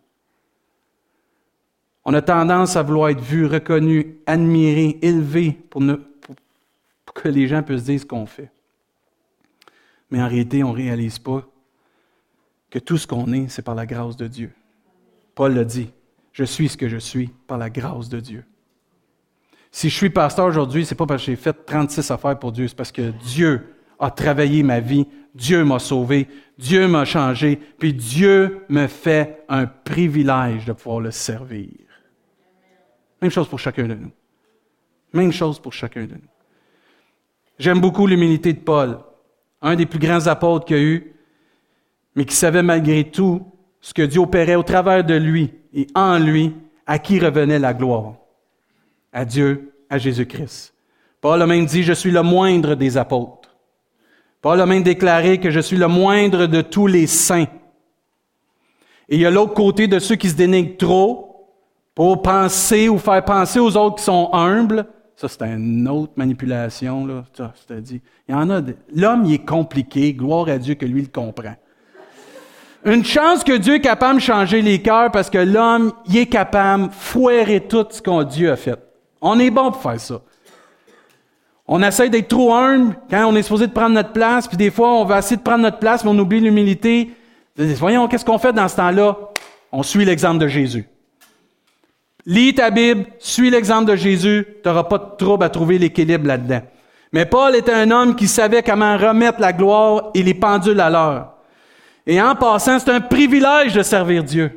On a tendance à vouloir être vu, reconnu, admiré, élevé pour, ne, pour, pour que les gens puissent dire ce qu'on fait. Mais en réalité, on ne réalise pas que tout ce qu'on est, c'est par la grâce de Dieu. Paul l'a dit, « Je suis ce que je suis par la grâce de Dieu ». Si je suis pasteur aujourd'hui, ce n'est pas parce que j'ai fait trente-six affaires pour Dieu, c'est parce que Dieu a travaillé ma vie, Dieu m'a sauvé, Dieu m'a changé, puis Dieu me fait un privilège de pouvoir le servir. Même chose pour chacun de nous. Même chose pour chacun de nous. J'aime beaucoup l'humilité de Paul, un des plus grands apôtres qu'il y a eu, mais qui savait malgré tout ce que Dieu opérait au travers de lui et en lui, à qui revenait la gloire. À Dieu, à Jésus-Christ. Paul a même dit, je suis le moindre des apôtres. Paul a même déclaré que je suis le moindre de tous les saints. Et il y a l'autre côté de ceux qui se dénigrent trop pour penser ou faire penser aux autres qui sont humbles. Ça, c'est une autre manipulation, là. Ça, c'est-à-dire, il y en a. De... L'homme, il est compliqué. Gloire à Dieu que lui, il le comprend. Une chance que Dieu est capable de changer les cœurs parce que l'homme, il est capable de foirer tout ce que Dieu a fait. On est bon pour faire ça. On essaie d'être trop humble quand on est supposé de prendre notre place, puis des fois, on va essayer de prendre notre place, mais on oublie l'humilité. Voyons, qu'est-ce qu'on fait dans ce temps-là? On suit l'exemple de Jésus. Lis ta Bible, suis l'exemple de Jésus, tu n'auras pas de trouble à trouver l'équilibre là-dedans. Mais Paul était un homme qui savait comment remettre la gloire et les pendules à l'heure. Et en passant, c'est un privilège de servir Dieu.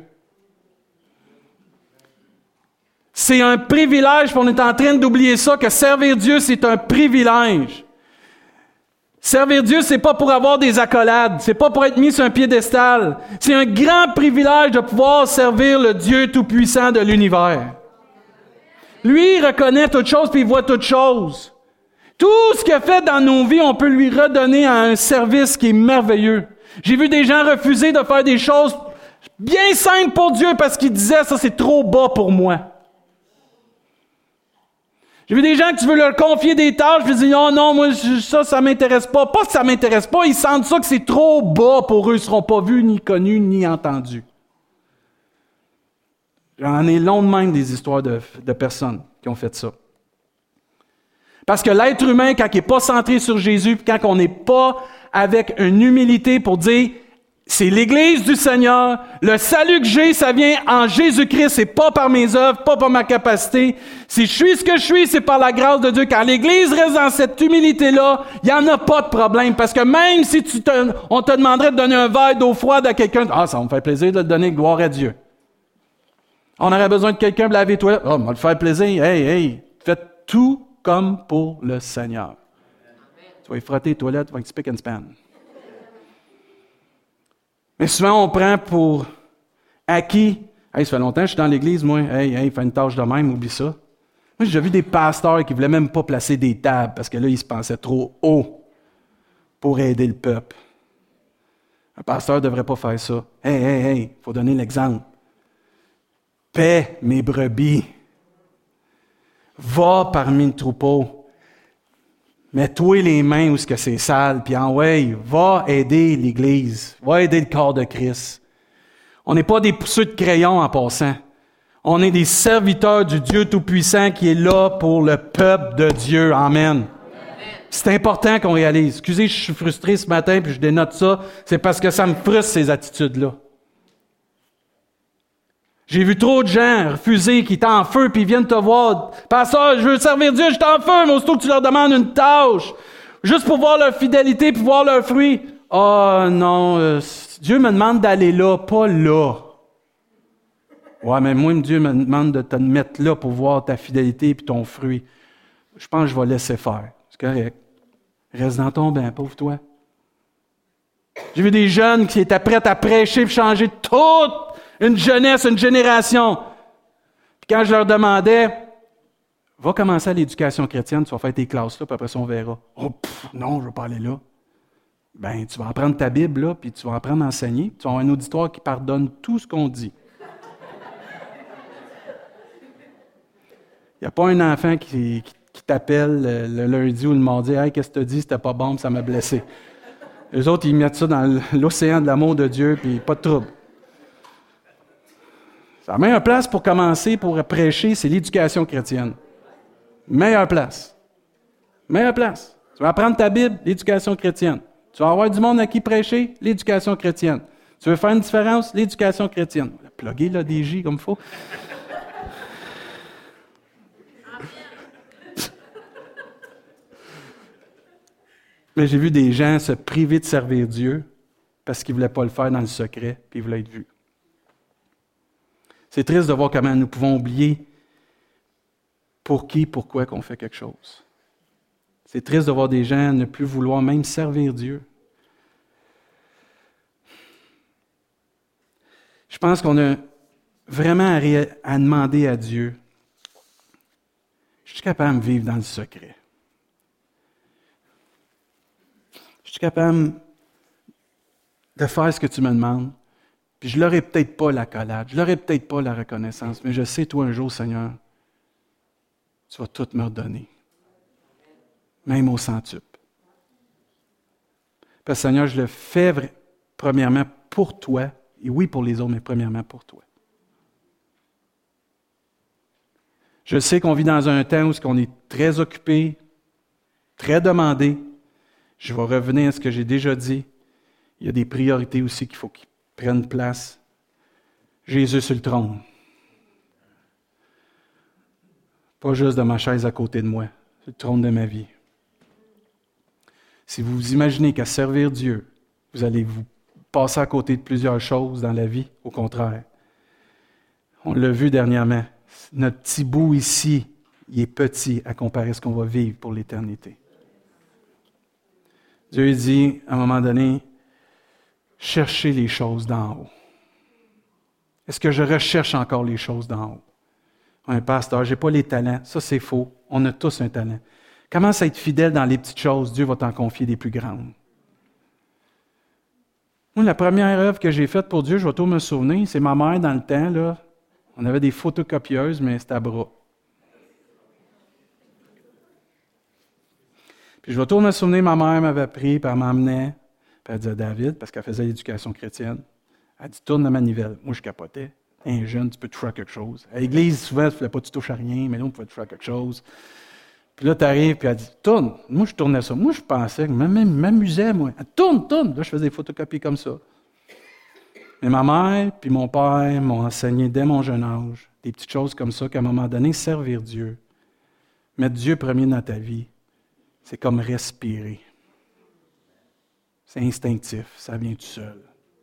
C'est un privilège, puis on est en train d'oublier ça, que servir Dieu, c'est un privilège. Servir Dieu, c'est pas pour avoir des accolades, c'est pas pour être mis sur un piédestal. C'est un grand privilège de pouvoir servir le Dieu tout-puissant de l'univers. Lui, il reconnaît toutes choses, puis il voit toutes choses. Tout ce qu'il a fait dans nos vies, on peut lui redonner à un service qui est merveilleux. J'ai vu des gens refuser de faire des choses bien simples pour Dieu parce qu'ils disaient « ça, c'est trop bas pour moi ». J'ai vu des gens que tu veux leur confier des tâches, puis ils disent « non, non, moi, ça, ça m'intéresse pas ». Pas que ça m'intéresse pas, ils sentent ça que c'est trop bas pour eux. Ils ne seront pas vus, ni connus, ni entendus. J'en ai long de même des histoires de, de personnes qui ont fait ça. Parce que l'être humain, quand il n'est pas centré sur Jésus, puis quand on n'est pas avec une humilité pour dire « c'est l'Église du Seigneur, le salut que j'ai, ça vient en Jésus-Christ, c'est pas par mes œuvres, pas par ma capacité. Si je suis ce que je suis, c'est par la grâce de Dieu. » Quand l'Église reste dans cette humilité-là, il n'y en a pas de problème. Parce que même si tu te, on te demanderait de donner un verre d'eau froide à quelqu'un, « ah, ça va me faire plaisir de le donner, gloire à Dieu. » On aurait besoin de quelqu'un pour laver les toilettes. « Ah, oh, ça va me faire plaisir. Hey, hey, faites tout comme pour le Seigneur. » Tu vas y frotter les toilettes avec spick and span. Mais souvent, on prend pour acquis. Hey, ça fait longtemps que je suis dans l'église, moi. Hey, hey, fais une tâche de même, oublie ça. Moi, j'ai déjà vu des pasteurs qui ne voulaient même pas placer des tables parce que là, ils se pensaient trop haut pour aider le peuple. Un pasteur ne devrait pas faire ça. Hey, hey, hey, il faut donner l'exemple. Paie mes brebis. Va parmi le troupeau. Mets-toi les mains où c'est sale, puis en ouais, va aider l'Église, va aider le corps de Christ. On n'est pas des pousseux de crayon en passant. On est des serviteurs du Dieu Tout-Puissant qui est là pour le peuple de Dieu. Amen. C'est important qu'on réalise. Excusez, je suis frustré ce matin puis je dénote ça. C'est parce que ça me frustre, ces attitudes-là. J'ai vu trop de gens refuser, qui étaient en feu, puis ils viennent te voir. « Pasteur, je veux servir Dieu, je suis en feu, mais aussitôt que tu leur demandes une tâche, juste pour voir leur fidélité, pour voir leurs fruits. Ah oh, non, euh, Dieu me demande d'aller là, pas là. » Ouais, mais moi, Dieu me demande de te mettre là pour voir ta fidélité et ton fruit. Je pense que je vais laisser faire. C'est correct. Reste dans ton bain, pauvre toi. J'ai vu des jeunes qui étaient prêts à prêcher et changer toute une jeunesse, une génération. Puis quand je leur demandais, va commencer à l'éducation chrétienne, tu vas faire tes classes là, puis après ça, on verra. Oh, pff, non, je ne veux pas aller là. Ben, tu vas apprendre ta Bible là, puis tu vas apprendre à enseigner. Tu vas avoir un auditoire qui pardonne tout ce qu'on dit. Il n'y a pas un enfant qui, qui, qui t'appelle le, le lundi ou le mardi. « Hey, qu'est-ce que tu as dit? C'était pas bon, ça m'a blessé. » Les autres, ils mettent ça dans l'océan de l'amour de Dieu, puis pas de trouble. La meilleure place pour commencer, pour prêcher, c'est l'éducation chrétienne. Meilleure place. Meilleure place. Tu vas apprendre ta Bible, l'éducation chrétienne. Tu vas avoir du monde à qui prêcher, l'éducation chrétienne. Tu veux faire une différence, l'éducation chrétienne. Plugger là, des J comme il faut. Mais j'ai vu des gens se priver de servir Dieu parce qu'ils ne voulaient pas le faire dans le secret, puis ils voulaient être vus. C'est triste de voir comment nous pouvons oublier pour qui, pourquoi qu'on fait quelque chose. C'est triste de voir des gens ne plus vouloir même servir Dieu. Je pense qu'on a vraiment à, ré- à demander à Dieu, je suis capable de vivre dans le secret. Je suis capable de faire ce que tu me demandes, puis je n'aurai peut-être pas l'accolade, je n'aurai peut-être pas la reconnaissance, mais je sais, toi, un jour, Seigneur, tu vas tout me redonner, même au centuple. Parce que, Seigneur, je le fais vrai, premièrement pour toi, et oui pour les autres, mais premièrement pour toi. Je sais qu'on vit dans un temps où on est très occupé, très demandé. Je vais revenir à ce que j'ai déjà dit. Il y a des priorités aussi qu'il faut qu'ils prennent place. Jésus sur le trône. Pas juste de ma chaise à côté de moi, c'est le trône de ma vie. Si vous vous imaginez qu'à servir Dieu, vous allez vous passer à côté de plusieurs choses dans la vie, au contraire. On l'a vu dernièrement. Notre petit bout ici, il est petit à comparer à ce qu'on va vivre pour l'éternité. Dieu dit, à un moment donné, cherchez les choses d'en haut. Est-ce que je recherche encore les choses d'en haut? Un pasteur, je n'ai pas les talents. Ça, c'est faux. On a tous un talent. Commence à être fidèle dans les petites choses. Dieu va t'en confier des plus grandes. Moi, la première œuvre que j'ai faite pour Dieu, je vais toujours me souvenir, c'est ma mère dans le temps, là. On avait des photocopieuses, mais c'était à bras. Puis je vais toujours me souvenir, ma mère m'avait pris, puis elle m'emmenait, puis elle disait, David, parce qu'elle faisait l'éducation chrétienne, elle dit, tourne la manivelle. Moi, je capotais. Un jeune, tu peux toucher à quelque chose. À l'église, souvent, il ne fallait pas que tu touches à rien, mais là, on pouvait toucher à quelque chose. Puis là, tu arrives, puis elle dit, tourne. Moi, je tournais ça. Moi, je pensais, je m'amusais, moi. Elle tourne, tourne. Là, je faisais des photocopies comme ça. Mais ma mère puis mon père m'ont enseigné dès mon jeune âge des petites choses comme ça, qu'à un moment donné, servir Dieu, mettre Dieu premier dans ta vie, c'est comme respirer. C'est instinctif, ça vient tout seul.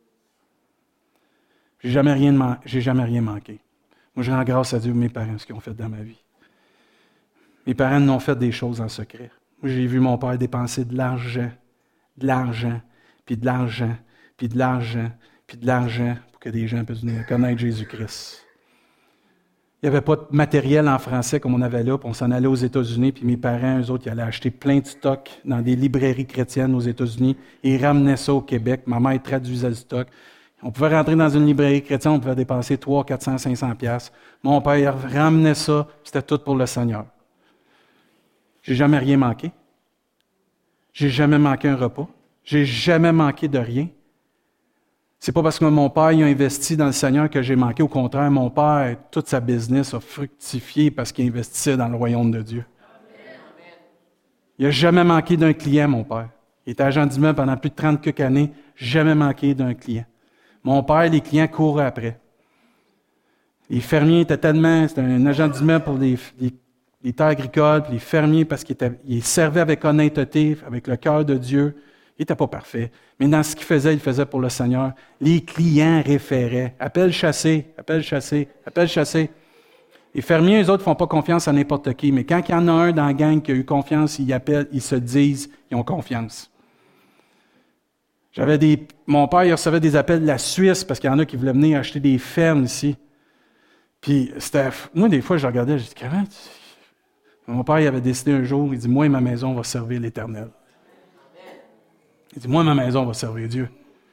J'ai jamais rien, man- j'ai jamais rien manqué. Moi, je rends grâce à Dieu, mes parents, ce qu'ils ont fait dans ma vie. Mes parents n'ont fait des choses en secret. Moi, j'ai vu mon père dépenser de l'argent, de l'argent, puis de l'argent, puis de l'argent, puis de l'argent pour que des gens puissent venir connaître Jésus-Christ. Il n'y avait pas de matériel en français comme on avait là, puis on s'en allait aux États-Unis, puis mes parents, eux autres, ils allaient acheter plein de stocks dans des librairies chrétiennes aux États-Unis, et ils ramenaient ça au Québec. Ma mère traduisait le stock. On pouvait rentrer dans une librairie chrétienne, on pouvait dépenser trois cents, quatre cents, cinq cents piastres. Mon père, il ramenait ça, c'était tout pour le Seigneur. J'ai jamais rien manqué. J'ai jamais manqué un repas. J'ai jamais manqué de rien. C'est pas parce que mon père il a investi dans le Seigneur que j'ai manqué. Au contraire, mon père, toute sa business a fructifié parce qu'il investissait dans le royaume de Dieu. Il n'a jamais manqué d'un client, mon père. Il était agent d'immeuble pendant plus de trente quelques années, jamais manqué d'un client. Mon père, les clients couraient après. Les fermiers étaient tellement... C'était un agent d'immeuble pour les, les, les terres agricoles, puis les fermiers, parce qu'il était, il servait avec honnêteté, avec le cœur de Dieu. Il n'était pas parfait. Mais dans ce qu'il faisait, il le faisait pour le Seigneur. Les clients référaient. Appelle chasser, appelle chasser, appelle chasser. Les fermiers, eux autres, ne font pas confiance à n'importe qui. Mais quand il y en a un dans la gang qui a eu confiance, ils appellent, ils se disent, ils ont confiance. J'avais des, mon père, il recevait des appels de la Suisse parce qu'il y en a qui voulaient venir acheter des fermes ici. Puis, c'était, moi, des fois, je regardais, je dis, comment tu... Mon père, il avait décidé un jour, il dit, moi et ma maison, on va servir l'Éternel. Il dit, moi et ma maison, on va servir Dieu.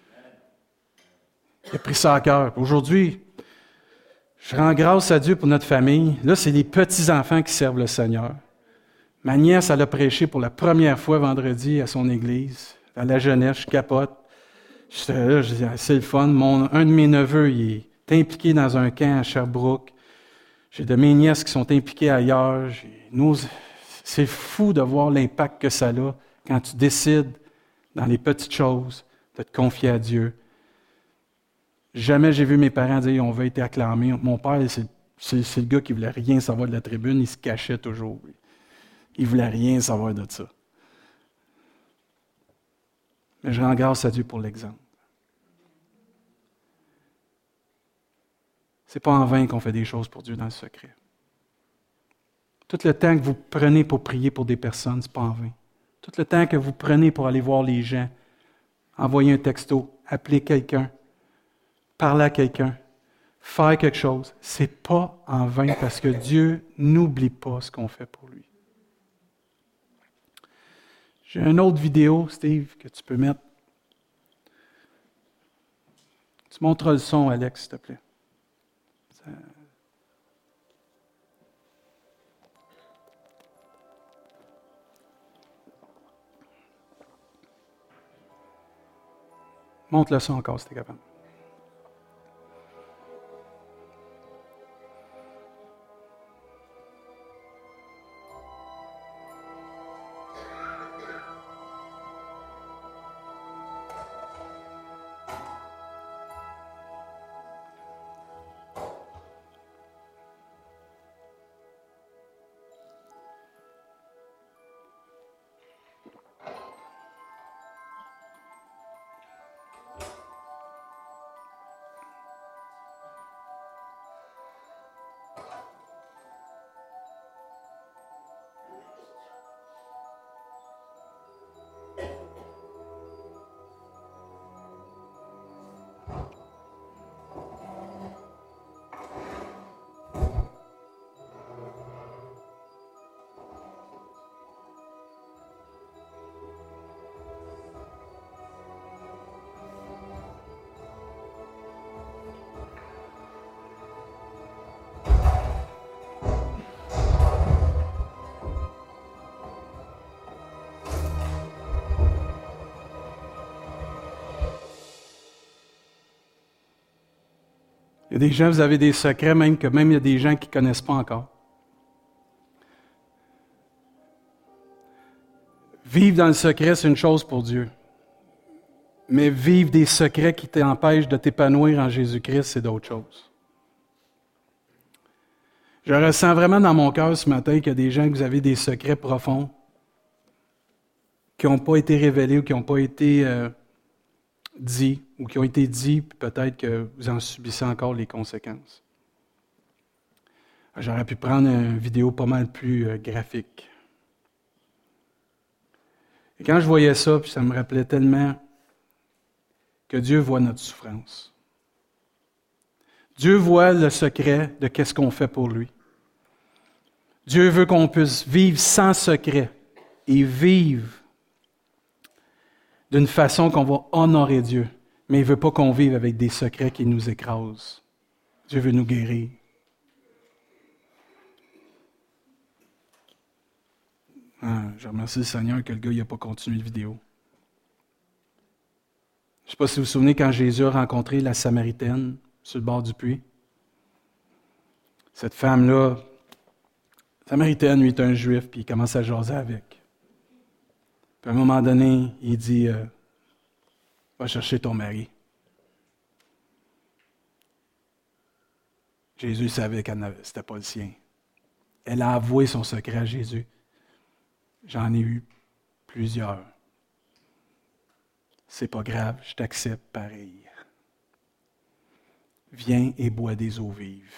Il a pris ça à cœur. Aujourd'hui, je rends grâce à Dieu pour notre famille. Là, c'est les petits-enfants qui servent le Seigneur. Ma nièce, elle a prêché pour la première fois vendredi à son église. À la jeunesse, je capote. J'étais là, je dis, c'est le fun. Mon, un de mes neveux, il est impliqué dans un camp à Sherbrooke. J'ai de mes nièces qui sont impliquées ailleurs. Nous, c'est fou de voir l'impact que ça a quand tu décides, dans les petites choses, de te confier à Dieu. Jamais j'ai vu mes parents dire « on va être acclamés ». Mon père, c'est, c'est, c'est le gars qui ne voulait rien savoir de la tribune, il se cachait toujours. Il ne voulait rien savoir de ça. Mais je rends grâce à Dieu pour l'exemple. C'est pas en vain qu'on fait des choses pour Dieu dans le secret. Tout le temps que vous prenez pour prier pour des personnes, c'est pas en vain. Tout le temps que vous prenez pour aller voir les gens, envoyer un texto, appeler quelqu'un, parler à quelqu'un, faire quelque chose, c'est pas en vain parce que Dieu n'oublie pas ce qu'on fait pour lui. J'ai une autre vidéo, Steve, que tu peux mettre. Tu montres le son, Alex, s'il te plaît. Ça... Montre le son encore, si tu es capable. Il y a des gens, vous avez des secrets, même que même il y a des gens qui ne connaissent pas encore. Vivre dans le secret, c'est une chose pour Dieu. Mais vivre des secrets qui t'empêchent de t'épanouir en Jésus-Christ, c'est d'autres choses. Je ressens vraiment dans mon cœur ce matin qu'il y a des gens que vous avez des secrets profonds qui n'ont pas été révélés ou qui n'ont pas été euh, dits, ou qui ont été dits, puis peut-être que vous en subissez encore les conséquences. J'aurais pu prendre une vidéo pas mal plus euh, graphique. Et quand je voyais ça, puis ça me rappelait tellement que Dieu voit notre souffrance. Dieu voit le secret de qu'est-ce qu'on fait pour lui. Dieu veut qu'on puisse vivre sans secret et vivre d'une façon qu'on va honorer Dieu. Mais il ne veut pas qu'on vive avec des secrets qui nous écrasent. Dieu veut nous guérir. Ah, je remercie le Seigneur que le gars n'a pas continué la vidéo. Je ne sais pas si vous vous souvenez quand Jésus a rencontré la Samaritaine sur le bord du puits. Cette femme-là, Samaritaine, lui, est un Juif, puis il commence à jaser avec. Puis à un moment donné, il dit euh, « Va chercher ton mari. » Jésus savait que ce n'était pas le sien. Elle a avoué son secret à Jésus. J'en ai eu plusieurs. C'est pas grave, je t'accepte pareil. Viens et bois des eaux vives.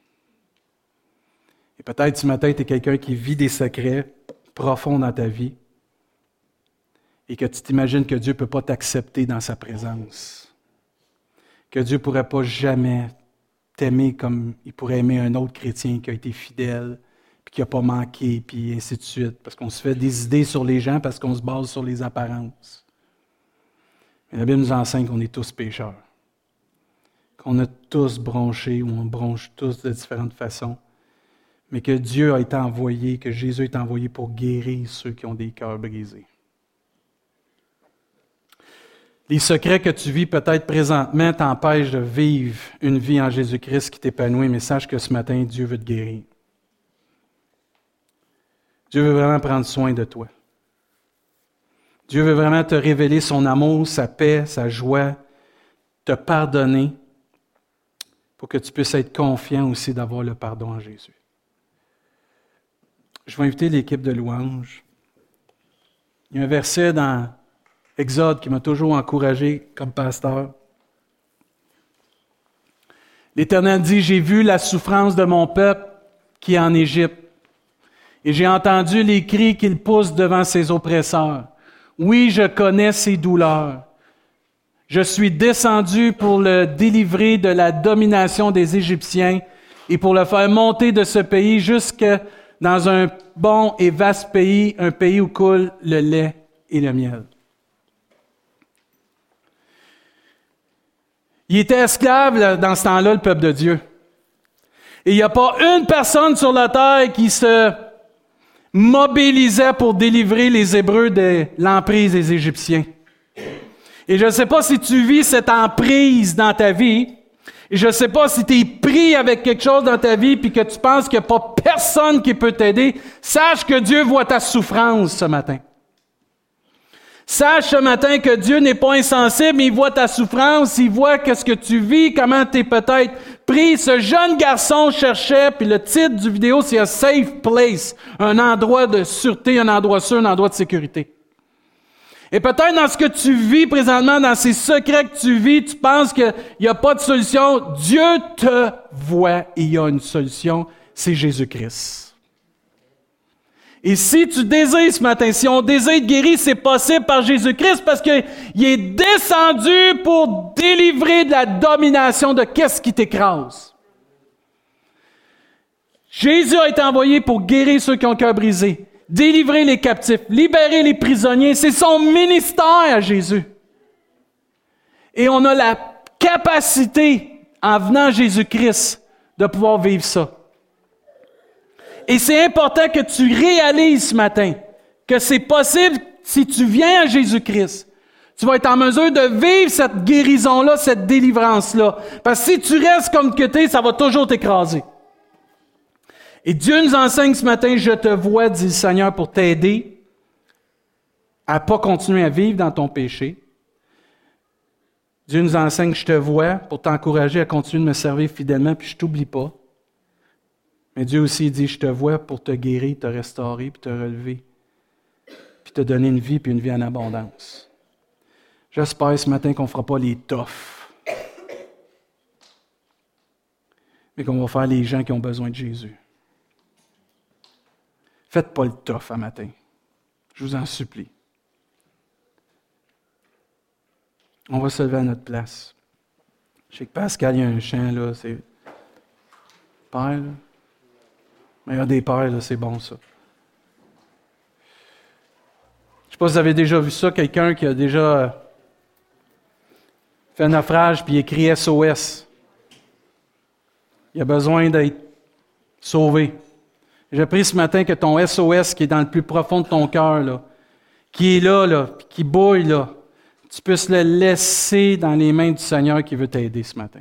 Et peut-être ce matin, tu es quelqu'un qui vit des secrets profonds dans ta vie et que tu t'imagines que Dieu ne peut pas t'accepter dans sa présence. Que Dieu ne pourrait pas jamais t'aimer comme il pourrait aimer un autre chrétien qui a été fidèle, puis qui n'a pas manqué, puis ainsi de suite. Parce qu'on se fait des idées sur les gens parce qu'on se base sur les apparences. Mais la Bible nous enseigne qu'on est tous pécheurs. Qu'on a tous bronché ou on bronche tous de différentes façons. Mais que Dieu a été envoyé, que Jésus a été envoyé pour guérir ceux qui ont des cœurs brisés. Les secrets que tu vis peut-être présentement t'empêchent de vivre une vie en Jésus-Christ qui t'épanouit, mais sache que ce matin, Dieu veut te guérir. Dieu veut vraiment prendre soin de toi. Dieu veut vraiment te révéler son amour, sa paix, sa joie, te pardonner pour que tu puisses être confiant aussi d'avoir le pardon en Jésus. Je vais inviter l'équipe de louanges. Il y a un verset dans Exode qui m'a toujours encouragé comme pasteur. L'Éternel dit, « J'ai vu la souffrance de mon peuple qui est en Égypte, et j'ai entendu les cris qu'il pousse devant ses oppresseurs. Oui, je connais ses douleurs. Je suis descendu pour le délivrer de la domination des Égyptiens et pour le faire monter de ce pays jusque dans un bon et vaste pays, un pays où coule le lait et le miel. » Il était esclave dans ce temps-là, le peuple de Dieu. Et il n'y a pas une personne sur la terre qui se mobilisait pour délivrer les Hébreux de l'emprise des Égyptiens. Et je ne sais pas si tu vis cette emprise dans ta vie, et je ne sais pas si tu es pris avec quelque chose dans ta vie puis que tu penses qu'il n'y a pas personne qui peut t'aider. Sache que Dieu voit ta souffrance ce matin. Sache ce matin que Dieu n'est pas insensible, il voit ta souffrance, il voit qu'est-ce que tu vis, comment tu es peut-être pris. Ce jeune garçon cherchait, puis le titre du vidéo, c'est « A safe place », un endroit de sûreté, un endroit sûr, un endroit de sécurité. Et peut-être dans ce que tu vis présentement, dans ces secrets que tu vis, tu penses qu'il n'y a pas de solution. Dieu te voit et il y a une solution, c'est Jésus-Christ. Et si tu désires ce matin, si on désire être guéri, c'est possible par Jésus-Christ parce qu'il est descendu pour délivrer de la domination de qu'est-ce qui t'écrase. Jésus a été envoyé pour guérir ceux qui ont le cœur brisé, délivrer les captifs, libérer les prisonniers. C'est son ministère à Jésus. Et on a la capacité, en venant à Jésus-Christ, de pouvoir vivre ça. Et c'est important que tu réalises ce matin que c'est possible si tu viens à Jésus-Christ. Tu vas être en mesure de vivre cette guérison-là, cette délivrance-là. Parce que si tu restes comme que tu es, ça va toujours t'écraser. Et Dieu nous enseigne ce matin, je te vois, dit le Seigneur, pour t'aider à ne pas continuer à vivre dans ton péché. Dieu nous enseigne, je te vois, pour t'encourager à continuer de me servir fidèlement, puis je ne t'oublie pas. Mais Dieu aussi dit, je te vois pour te guérir, te restaurer, puis te relever, puis te donner une vie, puis une vie en abondance. J'espère ce matin qu'on ne fera pas les toughs, mais qu'on va faire les gens qui ont besoin de Jésus. Faites pas le tough un matin. Je vous en supplie. On va se lever à notre place. Je sais que Pascal, il y a un chant, là, c'est Père, là. Mais il y a des pères, là, c'est bon, ça. Je ne sais pas si vous avez déjà vu ça, quelqu'un qui a déjà fait un naufrage puis il écrit S O S. Il a besoin d'être sauvé. J'ai pris ce matin que ton S O S qui est dans le plus profond de ton cœur, là, qui est là, là, qui bouille, là, tu puisses le laisser dans les mains du Seigneur qui veut t'aider ce matin.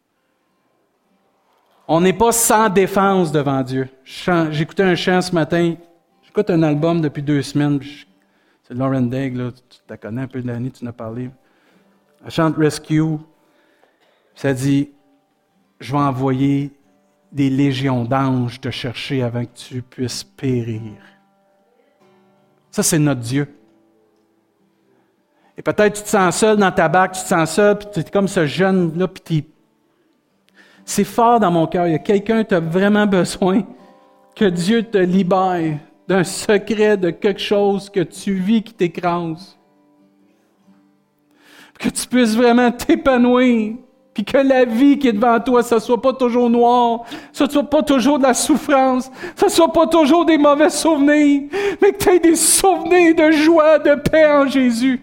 On n'est pas sans défense devant Dieu. J'écoutais un chant ce matin. J'écoute un album depuis deux semaines. C'est Lauren Daigle, là, tu la connais un peu de l'année, tu en as parlé. Elle chante Rescue. Ça dit, je vais envoyer des légions d'anges te chercher avant que tu puisses périr. Ça, c'est notre Dieu. Et peut-être tu te sens seul dans ta barque, tu te sens seul, puis tu es comme ce jeune-là, puis tu... C'est fort dans mon cœur. Il y a quelqu'un qui a vraiment besoin que Dieu te libère d'un secret, de quelque chose que tu vis qui t'écrase. Que tu puisses vraiment t'épanouir. Puis que la vie qui est devant toi, ça ne soit pas toujours noir, ça ne soit pas toujours de la souffrance, ça ne soit pas toujours des mauvais souvenirs, mais que tu aies des souvenirs de joie, de paix en Jésus.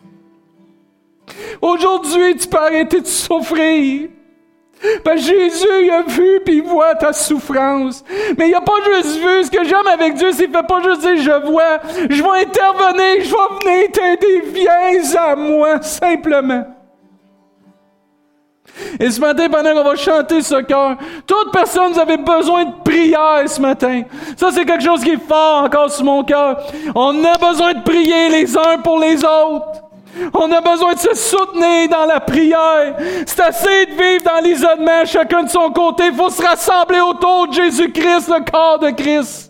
Aujourd'hui, tu peux arrêter de souffrir. Parce que Jésus, il a vu puis il voit ta souffrance. Mais il n'a pas juste vu. Ce que j'aime avec Dieu, c'est qu'il ne fait pas juste dire « je vois ». Je vais intervenir, je vais venir t'aider. Viens à moi, simplement. Et ce matin, pendant qu'on va chanter ce chœur, toute personne, vous avez besoin de prière ce matin. Ça, c'est quelque chose qui est fort encore sur mon cœur. On a besoin de prier les uns pour les autres. On a besoin de se soutenir dans la prière. C'est assez de vivre dans l'isolement, chacun de son côté. Il faut se rassembler autour de Jésus-Christ, le corps de Christ.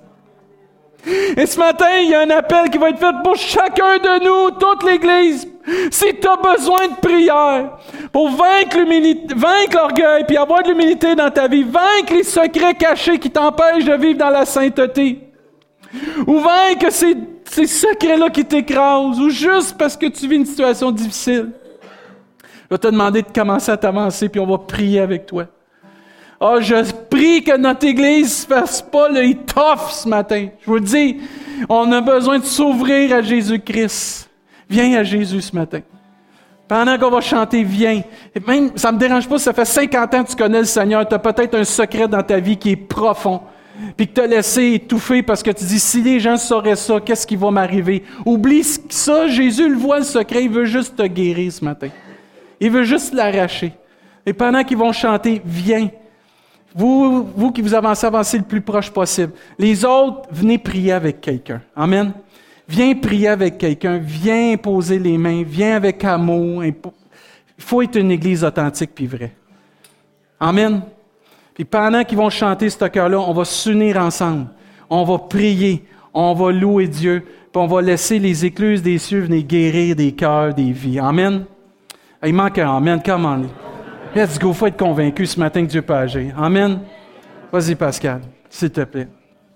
Et ce matin, il y a un appel qui va être fait pour chacun de nous, toute l'Église. Si tu as besoin de prière pour vaincre, vaincre l'orgueil puis avoir de l'humilité dans ta vie, vaincre les secrets cachés qui t'empêchent de vivre dans la sainteté, ou vaincre ces, ces secrets-là qui t'écrasent, ou juste parce que tu vis une situation difficile, je vais te demander de commencer à t'avancer puis on va prier avec toi. Ah, oh, je prie que notre Église ne fasse pas le tough ce matin. Je vous le dis, on a besoin de s'ouvrir à Jésus-Christ. Viens à Jésus ce matin. Pendant qu'on va chanter, viens. Et même, ça ne me dérange pas, ça fait cinquante ans que tu connais le Seigneur, tu as peut-être un secret dans ta vie qui est profond, puis que tu as laissé étouffer parce que tu dis, si les gens sauraient ça, qu'est-ce qui va m'arriver? Oublie ça, Jésus le voit le secret, il veut juste te guérir ce matin. Il veut juste l'arracher. Et pendant qu'ils vont chanter, viens. Vous, vous qui vous avancez, avancez le plus proche possible. Les autres, venez prier avec quelqu'un. Amen. Viens prier avec quelqu'un. Viens poser les mains. Viens avec amour. Il faut être une église authentique puis vraie. Amen. Puis pendant qu'ils vont chanter ce cœur-là, on va s'unir ensemble. On va prier. On va louer Dieu. Puis on va laisser les écluses des cieux venir guérir des cœurs, des vies. Amen. Il manque un amen. Come on. Let's go, il faut être convaincu ce matin que Dieu peut agir. Amen. Vas-y, Pascal, s'il te plaît.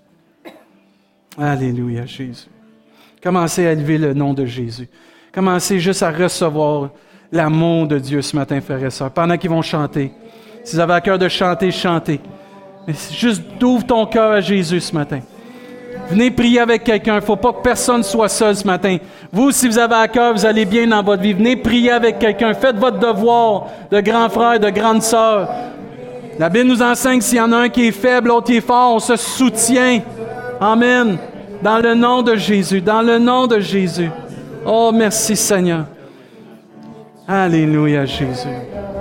Alléluia, Jésus. Commencez à élever le nom de Jésus. Commencez juste à recevoir l'amour de Dieu ce matin, frères et sœurs, pendant qu'ils vont chanter. Si vous avez à cœur de chanter, chantez. Mais juste ouvre ton cœur à Jésus ce matin. Venez prier avec quelqu'un. Il ne faut pas que personne soit seul ce matin. Vous, si vous avez à cœur, vous allez bien dans votre vie. Venez prier avec quelqu'un. Faites votre devoir de grand frère, de grande sœur. La Bible nous enseigne s'il y en a un qui est faible, l'autre qui est fort, on se soutient. Amen. Dans le nom de Jésus. Dans le nom de Jésus. Oh, merci Seigneur. Alléluia, Jésus.